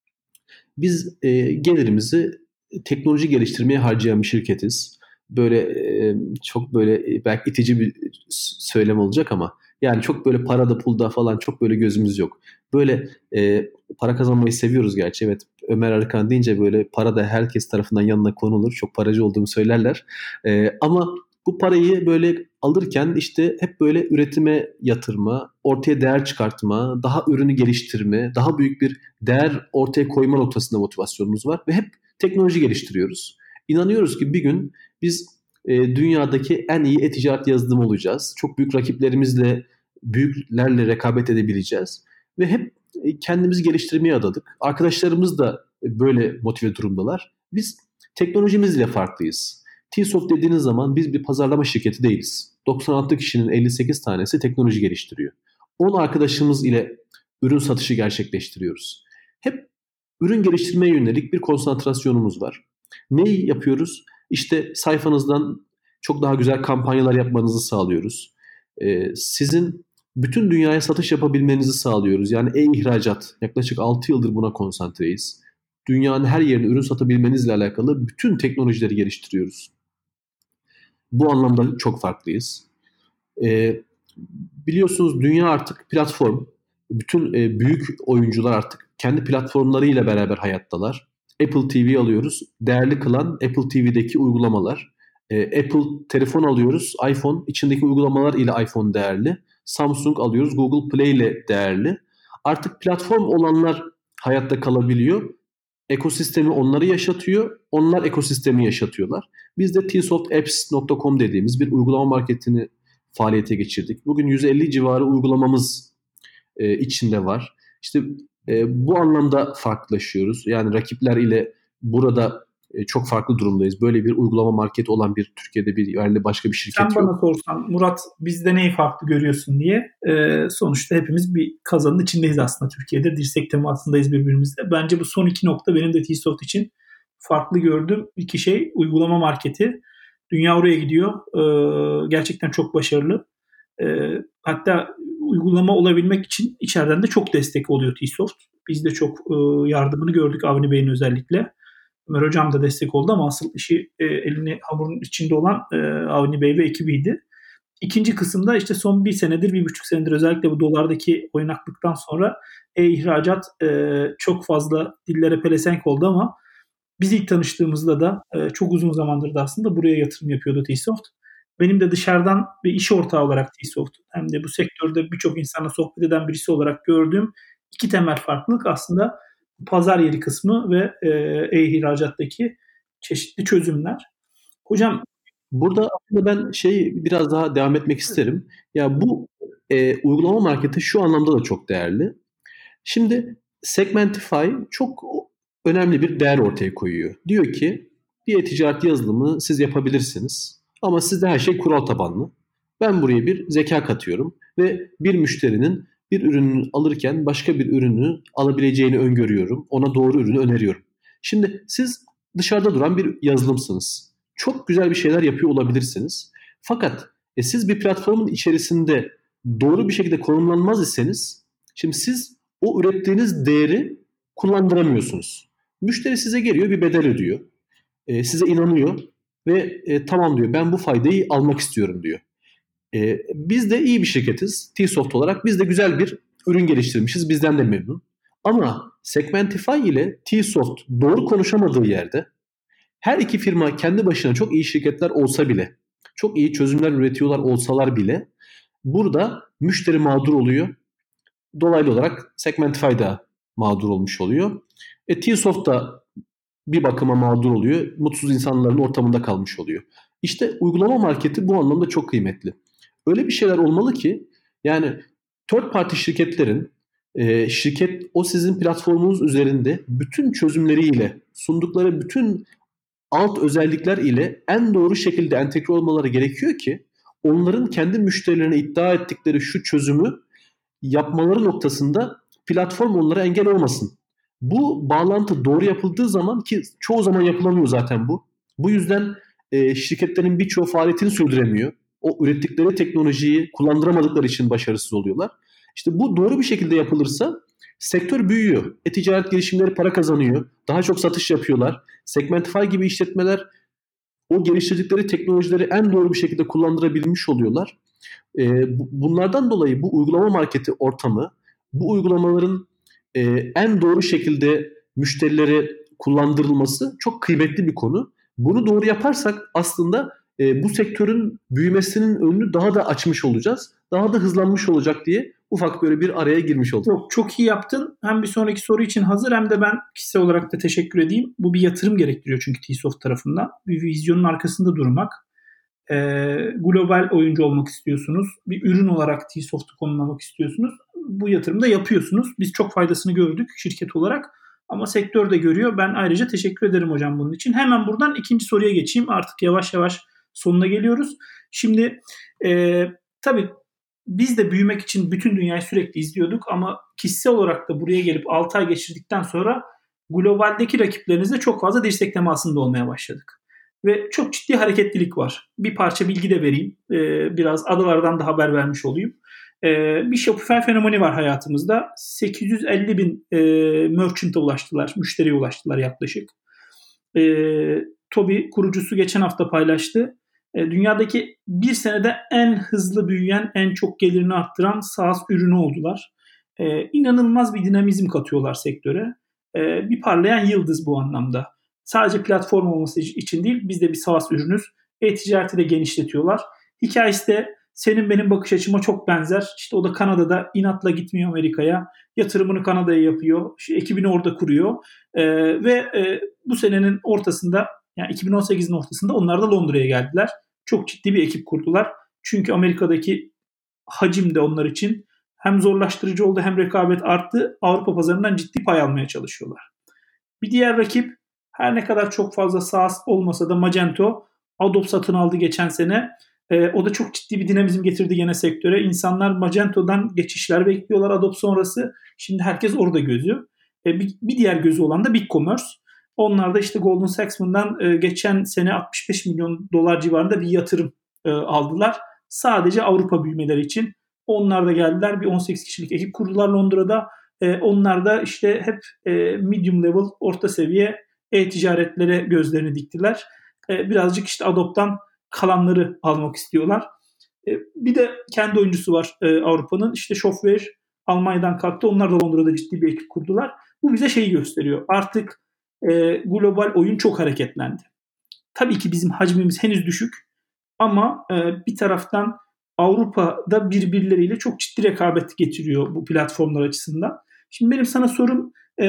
S2: Biz gelirimizi teknoloji geliştirmeye harcayan bir şirketiz. Böyle çok böyle belki itici bir söylem olacak ama yani çok böyle parada pulda falan çok böyle gözümüz yok. Böyle para kazanmayı seviyoruz gerçi. Evet, Ömer Arıkan deyince böyle para da herkes tarafından yanına konulur. Çok paracı olduğumu söylerler. Ama bu parayı böyle alırken işte hep böyle üretime yatırma, ortaya değer çıkartma, daha ürünü geliştirme, daha büyük bir değer ortaya koyma noktasında motivasyonumuz var ve hep teknoloji geliştiriyoruz. İnanıyoruz ki bir gün biz dünyadaki en iyi e-ticaret yazılımı olacağız. Çok büyük rakiplerimizle, büyüklerle rekabet edebileceğiz ve hep kendimizi geliştirmeye adadık. Arkadaşlarımız da böyle motive durumdalar. Biz teknolojimizle farklıyız. Tsoft dediğiniz zaman biz bir pazarlama şirketi değiliz. 96 kişinin 58 tanesi teknoloji geliştiriyor. 10 arkadaşımız ile ürün satışı gerçekleştiriyoruz. Hep ürün geliştirmeye yönelik bir konsantrasyonumuz var. Neyi yapıyoruz? İşte sayfanızdan çok daha güzel kampanyalar yapmanızı sağlıyoruz. Sizin bütün dünyaya satış yapabilmenizi sağlıyoruz. Yani e-ihracat. Yaklaşık 6 yıldır buna konsantreyiz. Dünyanın her yerine ürün satabilmenizle alakalı bütün teknolojileri geliştiriyoruz. Bu anlamda çok farklıyız. Biliyorsunuz dünya artık platform. Bütün büyük oyuncular artık kendi platformlarıyla beraber hayattalar. Apple TV alıyoruz. Değerli kılan Apple TV'deki uygulamalar. Apple telefon alıyoruz. iPhone içindeki uygulamalar ile iPhone değerli. Samsung alıyoruz. Google Play ile değerli. Artık platform olanlar hayatta kalabiliyor. Ekosistemi onları yaşatıyor. Onlar ekosistemi yaşatıyorlar. Biz de tsofapps.com dediğimiz bir uygulama marketini faaliyete geçirdik. Bugün 150 civarı uygulamamız içinde var. İşte bu anlamda farklılaşıyoruz. Yani rakipler ile burada çok farklı durumdayız. Böyle bir uygulama marketi olan bir Türkiye'de bir yerli başka bir şirket
S1: Sen
S2: yok.
S1: bana sorsan Murat bizde neyi farklı görüyorsun diye sonuçta hepimiz bir kazanın içindeyiz aslında Türkiye'de. Dirsek temasındayız birbirimizle. Bence bu son iki nokta benim de Tsoft için farklı gördüğüm iki şey. Uygulama marketi. Dünya oraya gidiyor. Gerçekten çok başarılı. Hatta uygulama olabilmek için içeriden de çok destek oluyor Tsoft. Biz de çok yardımını gördük Avni Bey'in özellikle. Ömer Hocam da destek oldu ama asıl işi elini hamurun içinde olan Avni Bey ve ekibiydi. İkinci kısımda işte son bir senedir, 1,5 senedir özellikle bu dolardaki oynaklıktan sonra ihracat çok fazla dillere pelesenk oldu ama biz ilk tanıştığımızda da çok uzun zamandır da aslında buraya yatırım yapıyordu Tsoft. Benim de dışarıdan bir iş ortağı olarak Tsoft hem de bu sektörde birçok insanla sohbet eden birisi olarak gördüğüm iki temel farklılık aslında pazar yeri kısmı ve ihracattaki çeşitli çözümler. Hocam
S2: burada aslında ben biraz daha devam etmek isterim. Ya bu uygulama marketi şu anlamda da çok değerli. Şimdi Segmentify çok önemli bir değer ortaya koyuyor. Diyor ki bir e-ticaret yazılımı siz yapabilirsiniz ama sizde her şey kural tabanlı. Ben buraya bir zeka katıyorum ve bir müşterinin bir ürünü alırken başka bir ürünü alabileceğini öngörüyorum. Ona doğru ürünü öneriyorum. Şimdi siz dışarıda duran bir yazılımsınız. Çok güzel bir şeyler yapıyor olabilirsiniz. Fakat siz bir platformun içerisinde doğru bir şekilde konumlanmaz iseniz şimdi siz o ürettiğiniz değeri kullandıramıyorsunuz. Müşteri size geliyor bir bedel ödüyor. Size inanıyor ve tamam diyor ben bu faydayı almak istiyorum diyor. Biz de iyi bir şirketiz Tsoft olarak. Biz de güzel bir ürün geliştirmişiz. Bizden de memnun. Ama Segmentify ile Tsoft doğru konuşamadığı yerde her iki firma kendi başına çok iyi şirketler olsa bile, çok iyi çözümler üretiyorlar olsalar bile burada müşteri mağdur oluyor. Dolaylı olarak Segmentify da mağdur olmuş oluyor. Tsoft da bir bakıma mağdur oluyor. Mutsuz insanların ortamında kalmış oluyor. İşte uygulama marketi bu anlamda çok kıymetli. Öyle bir şeyler olmalı ki yani third party şirketlerin şirket o sizin platformunuz üzerinde bütün çözümleriyle sundukları bütün alt özellikler ile en doğru şekilde entegre olmaları gerekiyor ki onların kendi müşterilerine iddia ettikleri şu çözümü yapmaları noktasında platform onlara engel olmasın. Bu bağlantı doğru yapıldığı zaman ki çoğu zaman yapılamıyor zaten bu. Bu yüzden şirketlerin birçoğu faaliyetini sürdüremiyor. O ürettikleri teknolojiyi kullandıramadıkları için başarısız oluyorlar. İşte bu doğru bir şekilde yapılırsa sektör büyüyor. E-ticaret girişimleri para kazanıyor. Daha çok satış yapıyorlar. Segmentify gibi işletmeler o geliştirdikleri teknolojileri en doğru bir şekilde kullandırabilmiş oluyorlar. Bunlardan dolayı bu uygulama marketi ortamı, bu uygulamaların en doğru şekilde müşterilere kullandırılması çok kıymetli bir konu. Bunu doğru yaparsak aslında bu sektörün büyümesinin önünü daha da açmış olacağız. Daha da hızlanmış olacak diye ufak böyle bir araya girmiş olduk.
S1: Çok iyi yaptın. Hem bir sonraki soru için hazır hem de ben kişisel olarak da teşekkür edeyim. Bu bir yatırım gerektiriyor çünkü Tsoft tarafından. Bir vizyonun arkasında durmak. Global oyuncu olmak istiyorsunuz. Bir ürün olarak Tsoft'u konumlamak istiyorsunuz. Bu yatırımı da yapıyorsunuz. Biz çok faydasını gördük şirket olarak. Ama sektör de görüyor. Ben ayrıca teşekkür ederim hocam bunun için. Hemen buradan ikinci soruya geçeyim. Artık yavaş yavaş sonuna geliyoruz. Şimdi tabii biz de büyümek için bütün dünyayı sürekli izliyorduk ama kişisel olarak da buraya gelip 6 ay geçirdikten sonra globaldeki rakiplerinizle çok fazla dirsek temasında olmaya başladık. Ve çok ciddi hareketlilik var. Bir parça bilgi de vereyim. Biraz adalardan da haber vermiş olayım. Bir Shopify fenomeni var hayatımızda. 850 bin merchant'a ulaştılar. Müşteriye ulaştılar yaklaşık. Toby kurucusu geçen hafta paylaştı. Dünyadaki bir senede en hızlı büyüyen, en çok gelirini arttıran SaaS ürünü oldular. İnanılmaz bir dinamizm katıyorlar sektöre. Bir parlayan yıldız bu anlamda. Sadece platform olması için değil, biz de bir SaaS ürünüz. E-ticareti de genişletiyorlar. Hikayesi de senin benim bakış açıma çok benzer. İşte o da Kanada'da inatla gitmiyor Amerika'ya. Yatırımını Kanada'ya yapıyor. Ekibini orada kuruyor. Ve bu senenin ortasında, yani 2018'in ortasında onlar da Londra'ya geldiler. Çok ciddi bir ekip kurdular. Çünkü Amerika'daki hacim de onlar için hem zorlaştırıcı oldu hem rekabet arttı. Avrupa pazarından ciddi pay almaya çalışıyorlar. Bir diğer rakip, her ne kadar çok fazla SaaS olmasa da, Magento. Adobe satın aldı geçen sene. O da çok ciddi bir dinamizm getirdi gene sektöre. İnsanlar Magento'dan geçişler bekliyorlar Adobe sonrası. Şimdi herkes orada gözü. Bir diğer gözü olan da BigCommerce. Onlar da işte Goldman Sachs'dan geçen sene 65 milyon dolar civarında bir yatırım aldılar. Sadece Avrupa büyümeleri için. Onlar da geldiler. Bir 18 kişilik ekip kurdular Londra'da. Onlar da işte hep medium level, orta seviye e-ticaretlere gözlerini diktiler. Birazcık işte Adobe'dan kalanları almak istiyorlar. Bir de kendi oyuncusu var Avrupa'nın. İşte Shopware Almanya'dan kalktı. Onlar da Londra'da ciddi bir ekip kurdular. Bu bize şeyi gösteriyor. Artık global oyun çok hareketlendi. Tabii ki bizim hacmimiz henüz düşük. Ama bir taraftan Avrupa'da birbirleriyle çok ciddi rekabet getiriyor bu platformlar açısından. Şimdi benim sana sorum,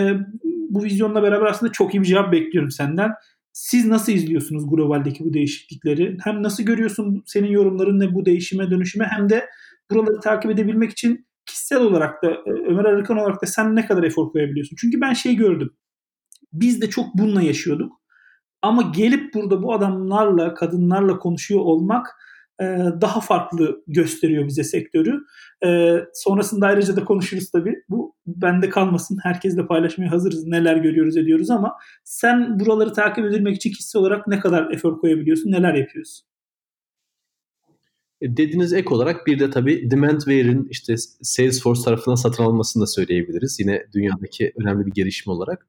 S1: bu vizyonla beraber aslında çok iyi bir cevap bekliyorum senden. Siz nasıl izliyorsunuz globaldeki bu değişiklikleri? Hem nasıl görüyorsun, senin yorumların ne bu değişime, dönüşüme, hem de buraları takip edebilmek için kişisel olarak da Ömer Arıkan olarak da sen ne kadar efor koyabiliyorsun? Çünkü ben şey gördüm. Biz de çok bununla yaşıyorduk. Ama gelip burada bu adamlarla, kadınlarla konuşuyor olmak daha farklı gösteriyor bize sektörü. Sonrasında ayrıca da konuşuruz tabii. Bu bende kalmasın. Herkesle paylaşmaya hazırız. Neler görüyoruz, ediyoruz, ama sen buraları takip edilmek için kişisel olarak ne kadar efor koyabiliyorsun, neler yapıyorsun?
S2: Dediğiniz ek olarak bir de tabii Demandware'in işte Salesforce tarafından satın alınmasını da söyleyebiliriz. Yine dünyadaki önemli bir gelişme olarak.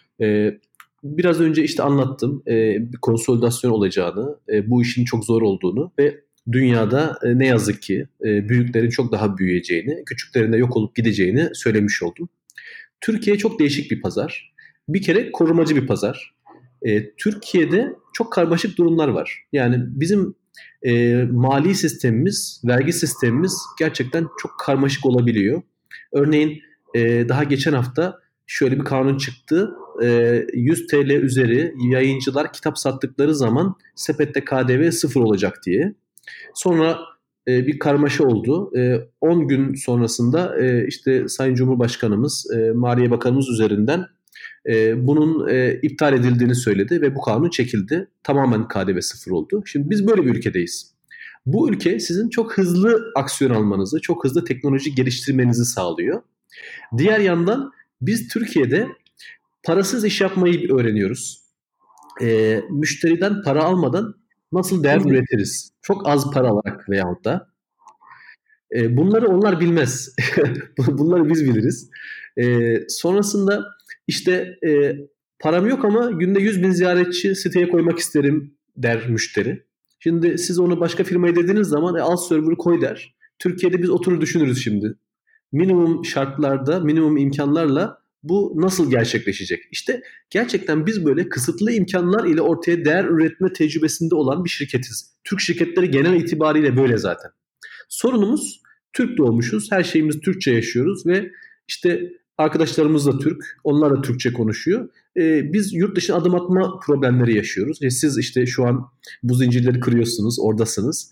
S2: Biraz önce işte anlattım bir konsolidasyon olacağını, bu işin çok zor olduğunu ve dünyada ne yazık ki büyüklerin çok daha büyüyeceğini, küçüklerin de yok olup gideceğini söylemiş oldum. Türkiye çok değişik bir pazar. Bir kere korumacı bir pazar. Türkiye'de çok karmaşık durumlar var. Yani bizim mali sistemimiz, vergi sistemimiz gerçekten çok karmaşık olabiliyor. Örneğin daha geçen hafta şöyle bir kanun çıktı. 100 TL üzeri yayıncılar kitap sattıkları zaman sepette KDV 0 olacak diye. Sonra bir karmaşa oldu. 10 gün sonrasında işte Sayın Cumhurbaşkanımız, Maliye Bakanımız üzerinden bunun iptal edildiğini söyledi ve bu kanun çekildi. Tamamen KDV 0 oldu. Şimdi biz böyle bir ülkedeyiz. Bu ülke sizin çok hızlı aksiyon almanızı, çok hızlı teknoloji geliştirmenizi sağlıyor. Diğer yandan biz Türkiye'de parasız iş yapmayı öğreniyoruz. Müşteriden para almadan nasıl değer üretiriz? Çok az para alarak veyahut da. Bunları onlar bilmez. Bunları biz biliriz. Sonrasında işte param yok ama günde 100 bin ziyaretçi siteye koymak isterim der müşteri. Şimdi siz onu başka firmaya dediğiniz zaman al server'ı koy der. Türkiye'de biz oturur düşünürüz şimdi. Minimum şartlarda, minimum imkanlarla bu nasıl gerçekleşecek? İşte gerçekten biz böyle kısıtlı imkanlar ile ortaya değer üretme tecrübesinde olan bir şirketiz. Türk şirketleri genel itibariyle böyle zaten. Sorunumuz, Türk doğmuşuz, her şeyimiz Türkçe yaşıyoruz ve işte arkadaşlarımız da Türk, onlar da Türkçe konuşuyor. Biz yurt dışına adım atma problemleri yaşıyoruz. Siz işte şu an bu zincirleri kırıyorsunuz, oradasınız.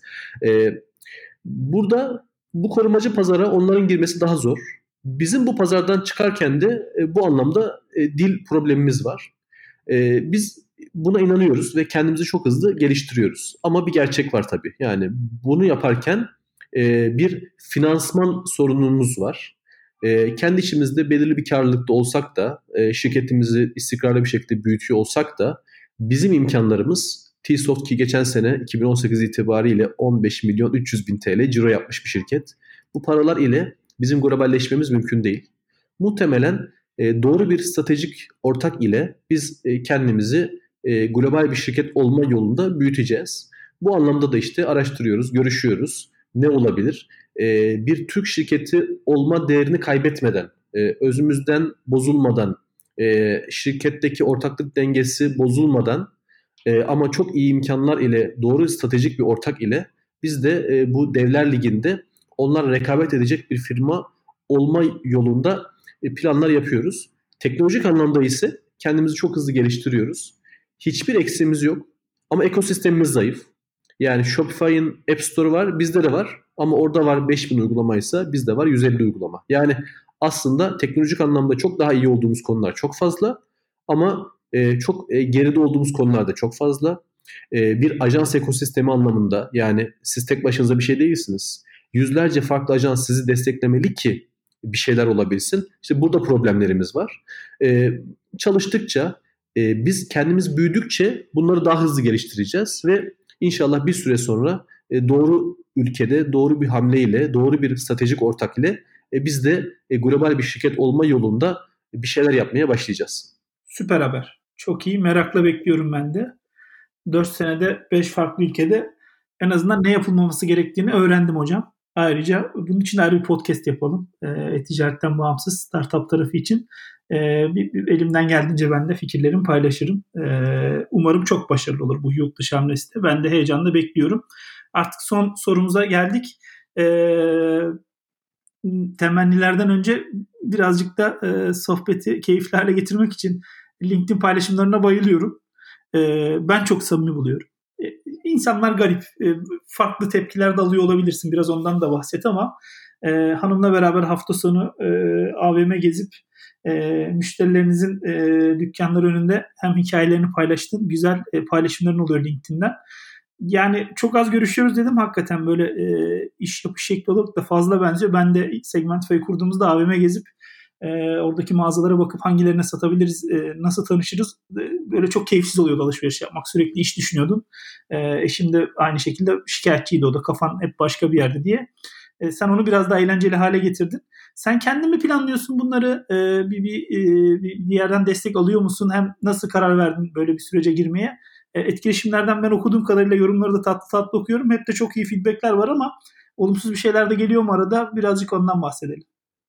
S2: Burada bu korumacı pazara onların girmesi daha zor. Bizim bu pazardan çıkarken de bu anlamda dil problemimiz var. Biz buna inanıyoruz ve kendimizi çok hızlı geliştiriyoruz. Ama bir gerçek var tabii. Yani bunu yaparken bir finansman sorunumuz var. Kendi içimizde belirli bir karlılıkta olsak da, şirketimizi istikrarlı bir şekilde büyütüyor olsak da bizim imkanlarımız, T-Soft ki geçen sene 2018 itibariyle 15 milyon 300 bin TL ciro yapmış bir şirket. Bu paralar ile bizim globalleşmemiz mümkün değil. Muhtemelen doğru bir stratejik ortak ile biz kendimizi global bir şirket olma yolunda büyüteceğiz. Bu anlamda da işte araştırıyoruz, görüşüyoruz. Ne olabilir? Bir Türk şirketi olma değerini kaybetmeden, özümüzden bozulmadan, şirketteki ortaklık dengesi bozulmadan ama çok iyi imkanlar ile, doğru stratejik bir ortak ile biz de bu Devler Ligi'nde onlarla rekabet edecek bir firma olma yolunda planlar yapıyoruz. Teknolojik anlamda ise kendimizi çok hızlı geliştiriyoruz. Hiçbir eksiğimiz yok ama ekosistemimiz zayıf. Yani Shopify'ın App Store var, bizde de var. Ama orada var 5000 uygulamaysa bizde var 150 uygulama. Yani aslında teknolojik anlamda çok daha iyi olduğumuz konular çok fazla. Ama çok geride olduğumuz konular da çok fazla. Bir ajans ekosistemi anlamında, yani siz tek başınıza bir şey değilsiniz. Yüzlerce farklı ajans sizi desteklemeli ki bir şeyler olabilsin. İşte burada problemlerimiz var. Çalıştıkça, biz kendimiz büyüdükçe bunları daha hızlı geliştireceğiz ve İnşallah bir süre sonra doğru ülkede, doğru bir hamleyle, doğru bir stratejik ortak ile biz de global bir şirket olma yolunda bir şeyler yapmaya başlayacağız.
S1: Süper haber. Çok iyi. Merakla bekliyorum ben de. 4 senede 5 farklı ülkede en azından ne yapılmaması gerektiğini öğrendim hocam. Ayrıca bunun için ayrı bir podcast yapalım. E-ticaretten bağımsız startup tarafı için. Elimden geldiğince ben de fikirlerimi paylaşırım. Umarım çok başarılı olur bu yurt dışı hamlesi de. Ben de heyecanla bekliyorum. Artık son sorumuza geldik. Temennilerden önce birazcık da sohbeti keyifli hale getirmek için LinkedIn paylaşımlarına bayılıyorum. Ben çok samimi buluyorum. İnsanlar garip. Farklı tepkiler de alıyor olabilirsin. Biraz ondan da bahset ama hanımla beraber hafta sonu AVM gezip müşterilerinizin dükkanları önünde hem hikayelerini paylaştığın güzel paylaşımların oluyor LinkedIn'den. Yani çok az görüşüyoruz dedim. Hakikaten böyle iş yapış şekli olarak da fazla benziyor. Ben de Segmentify kurduğumuzda AVM gezip oradaki mağazalara bakıp hangilerine satabiliriz, nasıl tanışırız, böyle çok keyifsiz oluyordu alışveriş yapmak. Sürekli iş düşünüyordum. Eşim de aynı şekilde şikayetçiydi, o da kafan hep başka bir yerde diye. Sen onu biraz daha eğlenceli hale getirdin. Sen kendin mi planlıyorsun bunları? Bir yerden destek alıyor musun? Hem nasıl karar verdin böyle bir sürece girmeye? Etkileşimlerden ben okuduğum kadarıyla yorumları da tatlı tatlı okuyorum. Hep de çok iyi feedbackler var ama olumsuz bir şeyler de geliyor mu arada? Birazcık ondan bahsedelim.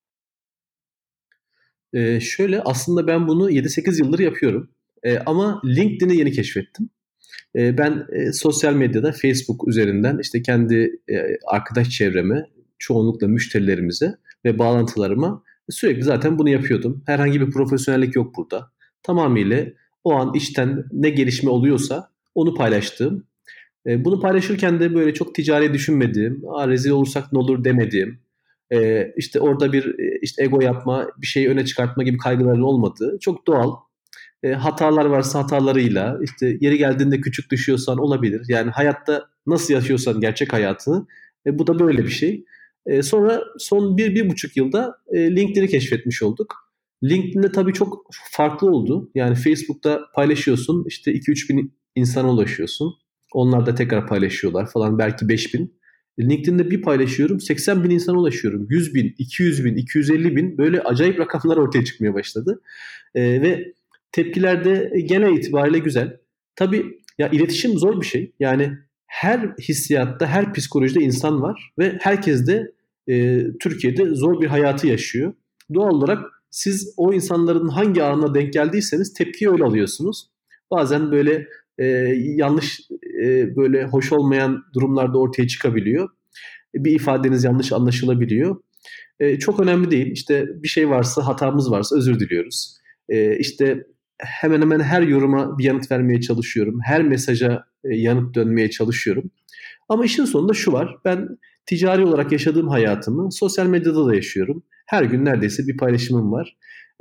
S2: Şöyle, aslında ben bunu 7-8 yıldır yapıyorum. Ama LinkedIn'i yeni keşfettim. Ben sosyal medyada Facebook üzerinden işte kendi arkadaş çevreme, çoğunlukla müşterilerimize ve bağlantılarıma sürekli zaten bunu yapıyordum. Herhangi bir profesyonellik yok burada. Tamamıyla o an işten ne gelişme oluyorsa onu paylaştığım. Bunu paylaşırken de böyle çok ticari düşünmediğim, rezil olursak ne olur demediğim, işte orada bir işte ego yapma, bir şeyi öne çıkartma gibi kaygıların olmadığı çok doğal. Hatalar varsa hatalarıyla, işte yeri geldiğinde küçük düşüyorsan olabilir. Yani hayatta nasıl yaşıyorsan gerçek hayatını, bu da böyle bir şey. Sonra son 1-1,5 yılda LinkedIn'i keşfetmiş olduk. LinkedIn'de tabii çok farklı oldu. Yani Facebook'ta paylaşıyorsun, işte 2-3 bin insana ulaşıyorsun. Onlar da tekrar paylaşıyorlar falan, belki 5 bin. LinkedIn'de bir paylaşıyorum, 80 bin insana ulaşıyorum. 100 bin, 200 bin, 250 bin, böyle acayip rakamlar ortaya çıkmaya başladı. Ve tepkiler de genel itibariyle güzel. Tabii ya, iletişim zor bir şey. Yani her hissiyatta, her psikolojide insan var ve herkes de Türkiye'de zor bir hayatı yaşıyor. Doğal olarak siz o insanların hangi anına denk geldiyseniz tepkiyi öyle alıyorsunuz. Bazen böyle yanlış, böyle hoş olmayan durumlarda ortaya çıkabiliyor. Bir ifadeniz yanlış anlaşılabiliyor. Çok önemli değil. İşte bir şey varsa, hatamız varsa özür diliyoruz. İşte hemen hemen her yoruma bir yanıt vermeye çalışıyorum. Her mesaja yanıt dönmeye çalışıyorum. Ama işin sonunda şu var. Ben ticari olarak yaşadığım hayatımı sosyal medyada da yaşıyorum. Her gün neredeyse bir paylaşımım var.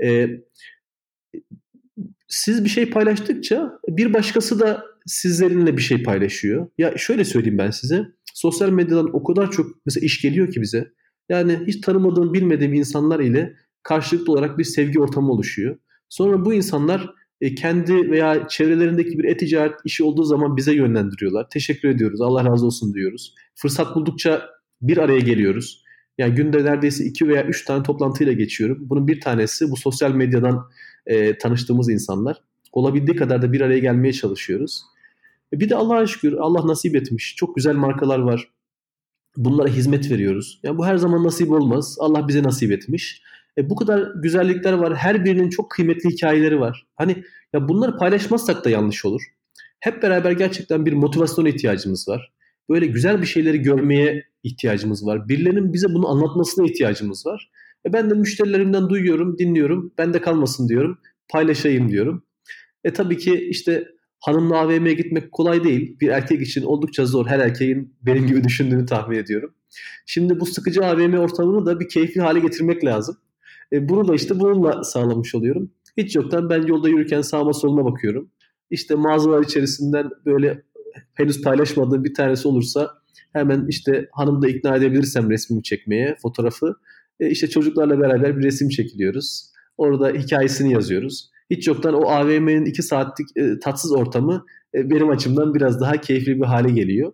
S2: Siz bir şey paylaştıkça bir başkası da sizlerinle bir şey paylaşıyor. Ya şöyle söyleyeyim ben size. Sosyal medyadan o kadar çok mesela iş geliyor ki bize. Yani hiç tanımadığım, bilmediğim insanlar ile karşılıklı olarak bir sevgi ortamı oluşuyor. Sonra bu insanlar kendi veya çevrelerindeki bir e-ticaret işi olduğu zaman bize yönlendiriyorlar. Teşekkür ediyoruz, Allah razı olsun diyoruz. Fırsat buldukça bir araya geliyoruz. Yani günde neredeyse 2 veya 3 tane toplantıyla geçiyorum. Bunun bir tanesi bu sosyal medyadan tanıştığımız insanlar. Olabildiği kadar da bir araya gelmeye çalışıyoruz. Bir de Allah'a şükür Allah nasip etmiş. Çok güzel markalar var. Bunlara hizmet veriyoruz. Yani bu her zaman nasip olmaz. Allah bize nasip etmiş. Bu kadar güzellikler var. Her birinin çok kıymetli hikayeleri var. Hani ya bunları paylaşmazsak da yanlış olur. Hep beraber gerçekten bir motivasyona ihtiyacımız var. Böyle güzel bir şeyleri görmeye ihtiyacımız var. Birilerinin bize bunu anlatmasına ihtiyacımız var. Ben de müşterilerimden duyuyorum, dinliyorum. Bende kalmasın diyorum. Paylaşayım diyorum. Tabii ki işte hanımla AVM'ye gitmek kolay değil. Bir erkek için oldukça zor. Her erkeğin benim gibi düşündüğünü tahmin ediyorum. Şimdi bu sıkıcı AVM ortamını da bir keyifli hale getirmek lazım. Bunu da işte bununla sağlamış oluyorum. Hiç yoktan ben yolda yürürken sağıma soluma bakıyorum. İşte mağazalar içerisinden böyle henüz paylaşmadığım bir tanesi olursa hemen işte hanımı da ikna edebilirsem resmimi çekmeye, fotoğrafı. İşte çocuklarla beraber bir resim çekiliyoruz. Orada hikayesini yazıyoruz. Hiç yoktan o AVM'nin 2 saatlik tatsız ortamı benim açımdan biraz daha keyifli bir hale geliyor.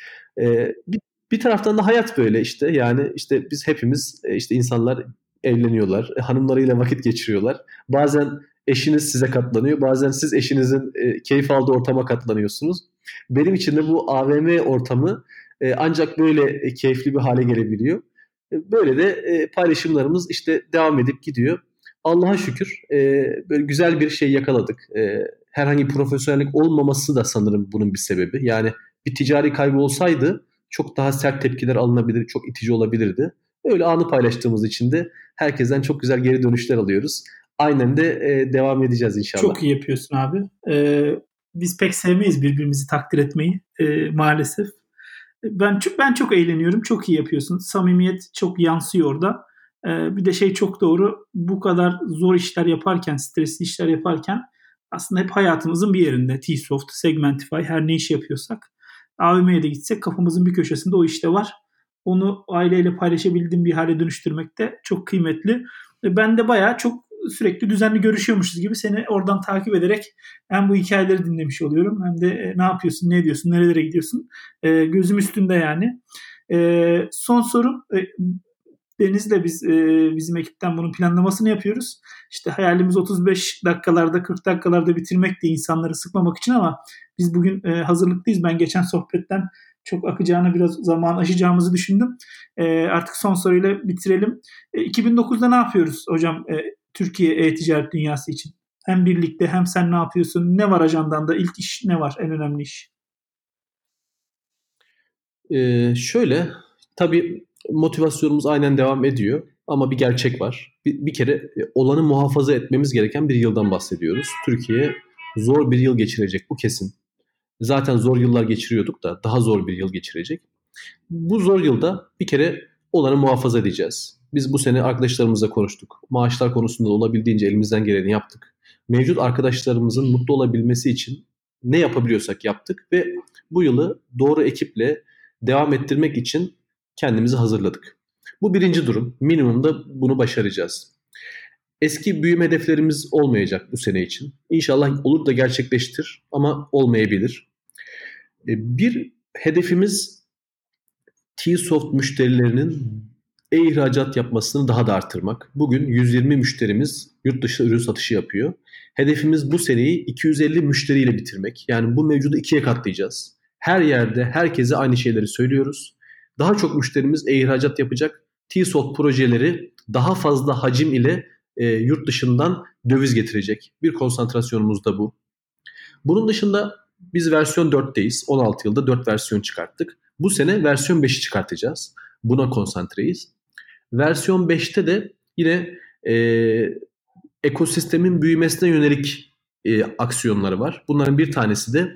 S2: Bir taraftan da hayat böyle işte. Yani işte biz hepimiz işte insanlar evleniyorlar. Hanımlarıyla vakit geçiriyorlar. Bazen eşiniz size katlanıyor. Bazen siz eşinizin keyif aldığı ortama katlanıyorsunuz. Benim için de bu AVM ortamı ancak böyle keyifli bir hale gelebiliyor. Böyle de paylaşımlarımız işte devam edip gidiyor. Allah'a şükür böyle güzel bir şey yakaladık. Herhangi bir profesyonellik olmaması da sanırım bunun bir sebebi. Yani bir ticari kaybı olsaydı çok daha sert tepkiler alınabilir, çok itici olabilirdi. Öyle anı paylaştığımız için de herkesten çok güzel geri dönüşler alıyoruz. Aynen de devam edeceğiz inşallah.
S1: Çok iyi yapıyorsun abi. Biz pek sevmeyiz birbirimizi takdir etmeyi maalesef. Ben çok eğleniyorum. Çok iyi yapıyorsun. Samimiyet çok yansıyor orada. Bir de şey çok doğru. Bu kadar zor işler yaparken, stresli işler yaparken aslında hep hayatımızın bir yerinde. T-Soft, Segmentify, her ne iş yapıyorsak AVM'ye de gitsek kafamızın bir köşesinde o işte var. Onu aileyle paylaşabildiğim bir hale dönüştürmek de çok kıymetli. Ben de bayağı çok sürekli düzenli görüşüyormuşuz gibi seni oradan takip ederek hem bu hikayeleri dinlemiş oluyorum hem de ne yapıyorsun, ne ediyorsun, nerelere gidiyorsun. Gözüm üstünde yani. Son sorum, Deniz'le biz bizim ekipten bunun planlamasını yapıyoruz. İşte hayalimiz 35 dakikalarda 40 dakikalarda bitirmek de insanları sıkmamak için ama biz bugün hazırlıklıyız. Ben geçen sohbetten çok akacağını biraz zaman aşacağımızı düşündüm. Artık son soruyla bitirelim. 2009'da ne yapıyoruz hocam Türkiye e-ticaret dünyası için? Hem birlikte hem sen ne yapıyorsun? Ne var ajandanda? İlk iş ne var? En önemli iş.
S2: Şöyle tabii motivasyonumuz aynen devam ediyor ama bir gerçek var. Bir kere olanı muhafaza etmemiz gereken bir yıldan bahsediyoruz. Türkiye zor bir yıl geçirecek, bu kesin. Zaten zor yıllar geçiriyorduk da daha zor bir yıl geçirecek. Bu zor yılda bir kere olanı muhafaza edeceğiz. Biz bu sene arkadaşlarımızla konuştuk. Maaşlar konusunda olabildiğince elimizden geleni yaptık. Mevcut arkadaşlarımızın mutlu olabilmesi için ne yapabiliyorsak yaptık ve bu yılı doğru ekiple devam ettirmek için kendimizi hazırladık. Bu birinci durum. Minimumda bunu başaracağız. Eski büyüme hedeflerimiz olmayacak bu sene için. İnşallah olur da gerçekleştir ama olmayabilir. Bir hedefimiz T-Soft müşterilerinin e-ihracat yapmasını daha da artırmak. Bugün 120 müşterimiz yurt dışı ürün satışı yapıyor. Hedefimiz bu seneyi 250 müşteriyle bitirmek. Yani bu mevcudu 2'ye katlayacağız. Her yerde herkese aynı şeyleri söylüyoruz. Daha çok müşterimiz e-ihracat yapacak. T-Soft projeleri daha fazla hacim ile yurt dışından döviz getirecek. Bir konsantrasyonumuz da bu. Bunun dışında biz versiyon 4'teyiz. 16 yılda 4 versiyon çıkarttık. Bu sene versiyon 5'i çıkartacağız. Buna konsantreyiz. Versiyon 5'te de yine ekosistemin büyümesine yönelik aksiyonları var. Bunların bir tanesi de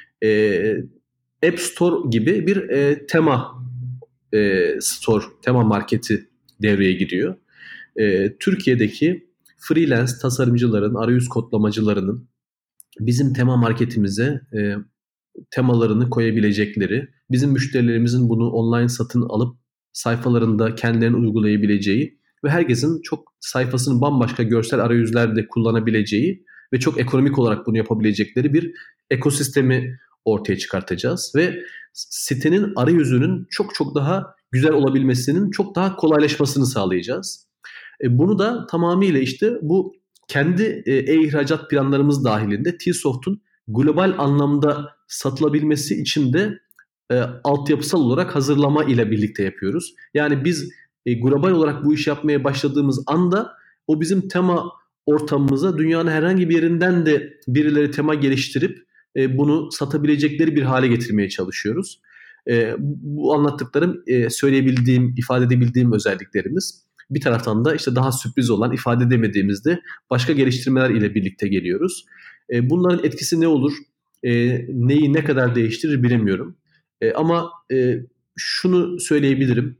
S2: App Store gibi bir tema store, tema marketi devreye giriyor. Türkiye'deki freelance tasarımcıların, arayüz kodlamacılarının bizim tema marketimize temalarını koyabilecekleri, bizim müşterilerimizin bunu online satın alıp sayfalarında kendilerini uygulayabileceği ve herkesin çok sayfasını bambaşka görsel arayüzlerde kullanabileceği ve çok ekonomik olarak bunu yapabilecekleri bir ekosistemi ortaya çıkartacağız ve sitenin arayüzünün çok çok daha güzel olabilmesinin çok daha kolaylaşmasını sağlayacağız. Bunu da tamamıyla işte bu kendi e-ihracat planlarımız dahilinde T-Soft'un global anlamda satılabilmesi için de altyapısal olarak hazırlama ile birlikte yapıyoruz. Yani biz global olarak bu işi yapmaya başladığımız anda o bizim tema ortamımıza dünyanın herhangi bir yerinden de birileri tema geliştirip bunu satabilecekleri bir hale getirmeye çalışıyoruz. Bu anlattıklarım söyleyebildiğim, ifade edebildiğim özelliklerimiz. Bir taraftan da işte daha sürpriz olan, ifade edemediğimizde başka geliştirmeler ile birlikte geliyoruz. Bunların etkisi ne olur, neyi ne kadar değiştirir bilemiyorum. Ama şunu söyleyebilirim.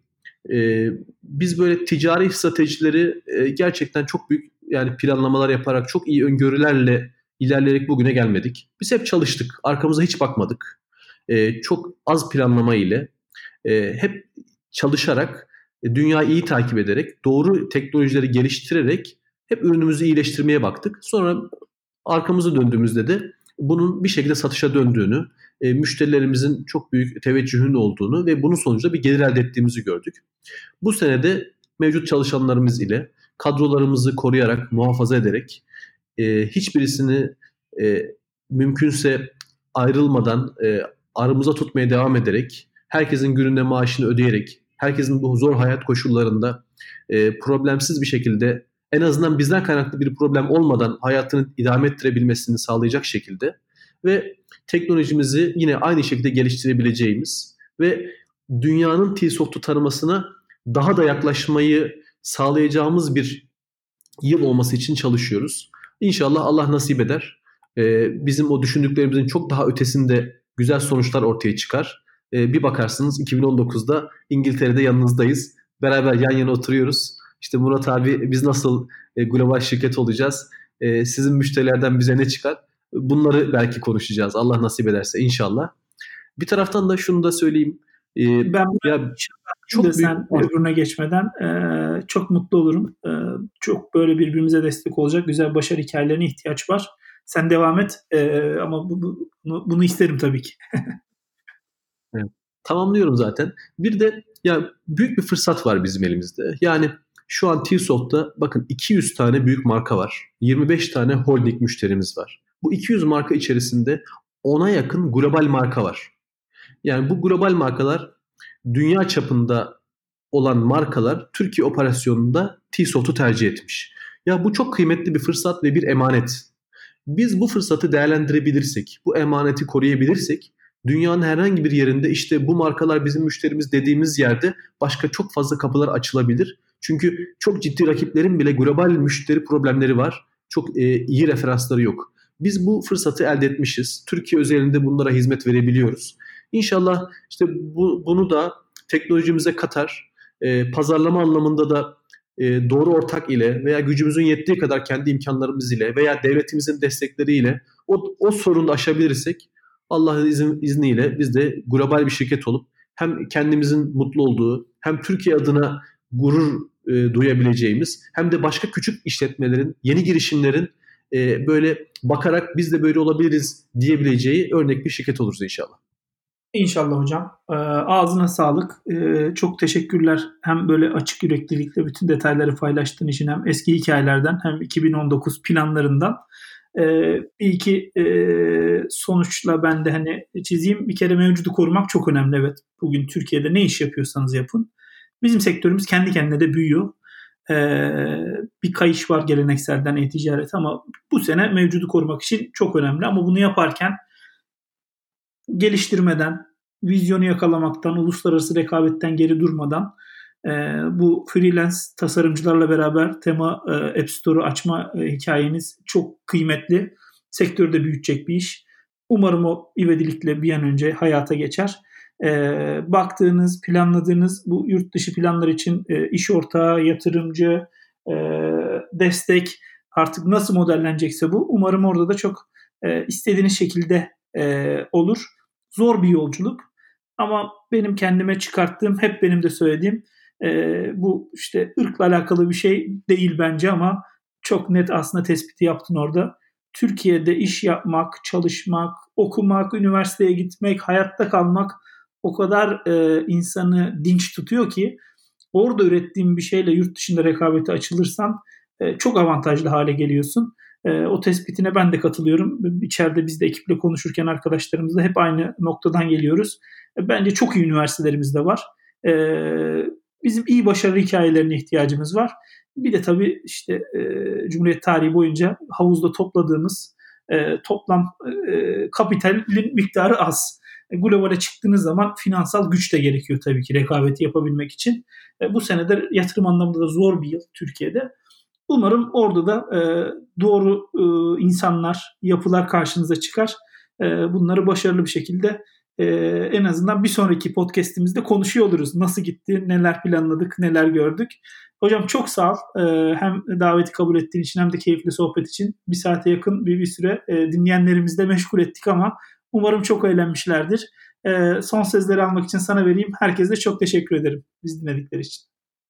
S2: Biz böyle ticari stratejileri gerçekten çok büyük yani planlamalar yaparak çok iyi öngörülerle ilerleyerek bugüne gelmedik. Biz hep çalıştık. Arkamıza hiç bakmadık. Çok az planlama ile hep çalışarak, dünyayı iyi takip ederek, doğru teknolojileri geliştirerek hep ürünümüzü iyileştirmeye baktık. Sonra arkamızı döndüğümüzde de bunun bir şekilde satışa döndüğünü, müşterilerimizin çok büyük teveccühünün olduğunu ve bunun sonucunda bir gelir elde ettiğimizi gördük. Bu senede mevcut çalışanlarımız ile kadrolarımızı koruyarak, muhafaza ederek, hiçbirisini mümkünse ayrılmadan aramıza tutmaya devam ederek, herkesin gününde maaşını ödeyerek, herkesin bu zor hayat koşullarında problemsiz bir şekilde, en azından bizden kaynaklı bir problem olmadan hayatını idame ettirebilmesini sağlayacak şekilde ve teknolojimizi yine aynı şekilde geliştirebileceğimiz ve dünyanın T-Soft'u tanımasına daha da yaklaşmayı sağlayacağımız bir yıl olması için çalışıyoruz. İnşallah Allah nasip eder. Bizim o düşündüklerimizin çok daha ötesinde güzel sonuçlar ortaya çıkar. Bir bakarsınız 2019'da İngiltere'de yanınızdayız. Beraber yan yana oturuyoruz. İşte Murat abi biz nasıl global şirket olacağız? Sizin müşterilerden bize ne çıkar? Bunları belki konuşacağız. Allah nasip ederse inşallah. Bir taraftan da şunu da söyleyeyim.
S1: Ben çok büyük... Sen öbürüne geçmeden çok mutlu olurum. Çok böyle birbirimize destek olacak güzel başarı hikayelerine ihtiyaç var. Sen devam et ama bunu isterim tabii ki.
S2: Evet. Tamamlıyorum zaten. Bir de ya büyük bir fırsat var bizim elimizde. Yani şu an T-Soft'ta bakın 200 tane büyük marka var. 25 tane holding müşterimiz var. Bu 200 marka içerisinde 10'a yakın global marka var. Yani bu global markalar dünya çapında olan markalar Türkiye operasyonunda T-Soft'u tercih etmiş. Ya bu çok kıymetli bir fırsat ve bir emanet. Biz bu fırsatı değerlendirebilirsek, bu emaneti koruyabilirsek dünyanın herhangi bir yerinde işte bu markalar bizim müşterimiz dediğimiz yerde başka çok fazla kapılar açılabilir. Çünkü çok ciddi rakiplerin bile global müşteri problemleri var. Çok iyi referansları yok. Biz bu fırsatı elde etmişiz. Türkiye özelinde bunlara hizmet verebiliyoruz. İnşallah işte bunu da teknolojimize katar. Pazarlama anlamında da doğru ortak ile veya gücümüzün yettiği kadar kendi imkanlarımız ile veya devletimizin destekleriyle o sorunu aşabilirsek Allah'ın izniyle biz de global bir şirket olup hem kendimizin mutlu olduğu hem Türkiye adına gurur duyabileceğimiz hem de başka küçük işletmelerin, yeni girişimlerin böyle bakarak biz de böyle olabiliriz diyebileceği örnek bir şirket oluruz inşallah.
S1: İnşallah hocam. Ağzına sağlık. Çok teşekkürler. Hem böyle açık yüreklilikle bütün detayları paylaştığın için hem eski hikayelerden hem 2019 planlarından. Bir iki sonuçla ben de hani çizeyim. Bir kere mevcudu korumak çok önemli. Evet. Bugün Türkiye'de ne iş yapıyorsanız yapın. Bizim sektörümüz kendi kendine de büyüyor. Bir kayış var gelenekselden e-ticaret ama bu sene mevcudu korumak için çok önemli. Ama bunu yaparken geliştirmeden, vizyonu yakalamaktan, uluslararası rekabetten geri durmadan bu freelance tasarımcılarla beraber tema App Store'u açma hikayeniz çok kıymetli. Sektörde büyütecek bir iş. Umarım o ivedilikle bir an önce hayata geçer. Baktığınız, planladığınız bu yurt dışı planlar için iş ortağı, yatırımcı, destek artık nasıl modellenecekse bu. Umarım orada da çok istediğiniz şekilde olur. Zor bir yolculuk ama benim kendime çıkarttığım, hep benim de söylediğim bu işte ırkla alakalı bir şey değil bence ama çok net aslında tespiti yaptın orada. Türkiye'de iş yapmak, çalışmak, okumak, üniversiteye gitmek, hayatta kalmak o kadar insanı dinç tutuyor ki orada ürettiğin bir şeyle yurt dışında rekabete açılırsan çok avantajlı hale geliyorsun. O tespitine ben de katılıyorum. İçeride biz de ekiple konuşurken arkadaşlarımızla hep aynı noktadan geliyoruz. Bence çok iyi üniversitelerimiz de var. Bizim iyi başarı hikayelerine ihtiyacımız var. Bir de tabii işte Cumhuriyet tarihi boyunca havuzda topladığımız toplam kapitalin miktarı az. Globale çıktığınız zaman finansal güç de gerekiyor tabii ki rekabeti yapabilmek için. Bu sene de yatırım anlamında da zor bir yıl Türkiye'de. Umarım orada da doğru insanlar, yapılar karşınıza çıkar. Bunları başarılı bir şekilde en azından bir sonraki podcast'imizde konuşuyor oluruz. Nasıl gitti, neler planladık, neler gördük. Hocam çok sağ ol. Hem daveti kabul ettiğin için hem de keyifli sohbet için. Bir saate yakın bir süre dinleyenlerimizi de meşgul ettik ama umarım çok eğlenmişlerdir. Son sözleri almak için sana vereyim. Herkese çok teşekkür ederim bizi dinledikleri için.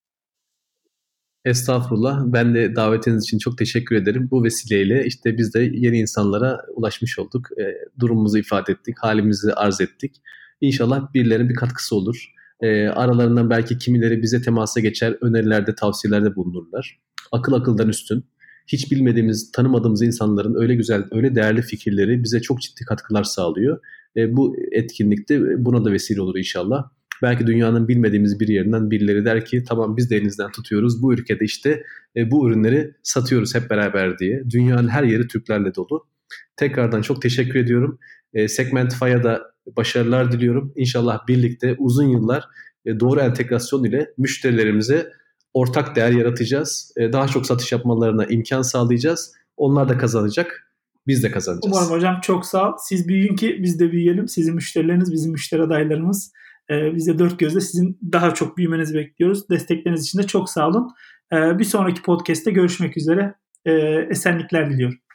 S2: Estağfurullah. Ben de davetiniz için çok teşekkür ederim. Bu vesileyle işte biz de yeni insanlara ulaşmış olduk. Durumumuzu ifade ettik, halimizi arz ettik. İnşallah birilerine bir katkısı olur. Aralarından belki kimileri bize temasa geçer, önerilerde, tavsiyelerde bulunurlar. Akıl akıldan üstün. Hiç bilmediğimiz, tanımadığımız insanların öyle güzel, öyle değerli fikirleri bize çok ciddi katkılar sağlıyor. Bu etkinlikte buna da vesile olur inşallah. Belki dünyanın bilmediğimiz bir yerinden birileri der ki tamam biz de elinizden tutuyoruz. Bu ülkede işte bu ürünleri satıyoruz hep beraber diye. Dünyanın her yeri Türklerle dolu. Tekrardan çok teşekkür ediyorum. Segmentify'a da başarılar diliyorum. İnşallah birlikte uzun yıllar doğru entegrasyon ile müşterilerimize ortak değer yaratacağız. Daha çok satış yapmalarına imkan sağlayacağız. Onlar da kazanacak. Biz de kazanacağız.
S1: Umarım hocam, çok sağ ol. Siz büyüyün ki biz de büyüyelim. Sizin müşterileriniz, bizim müşteri adaylarımız. Biz de dört gözle sizin daha çok büyümenizi bekliyoruz. Destekleriniz için de çok sağ olun. Bir sonraki podcast'te görüşmek üzere. Esenlikler diliyorum.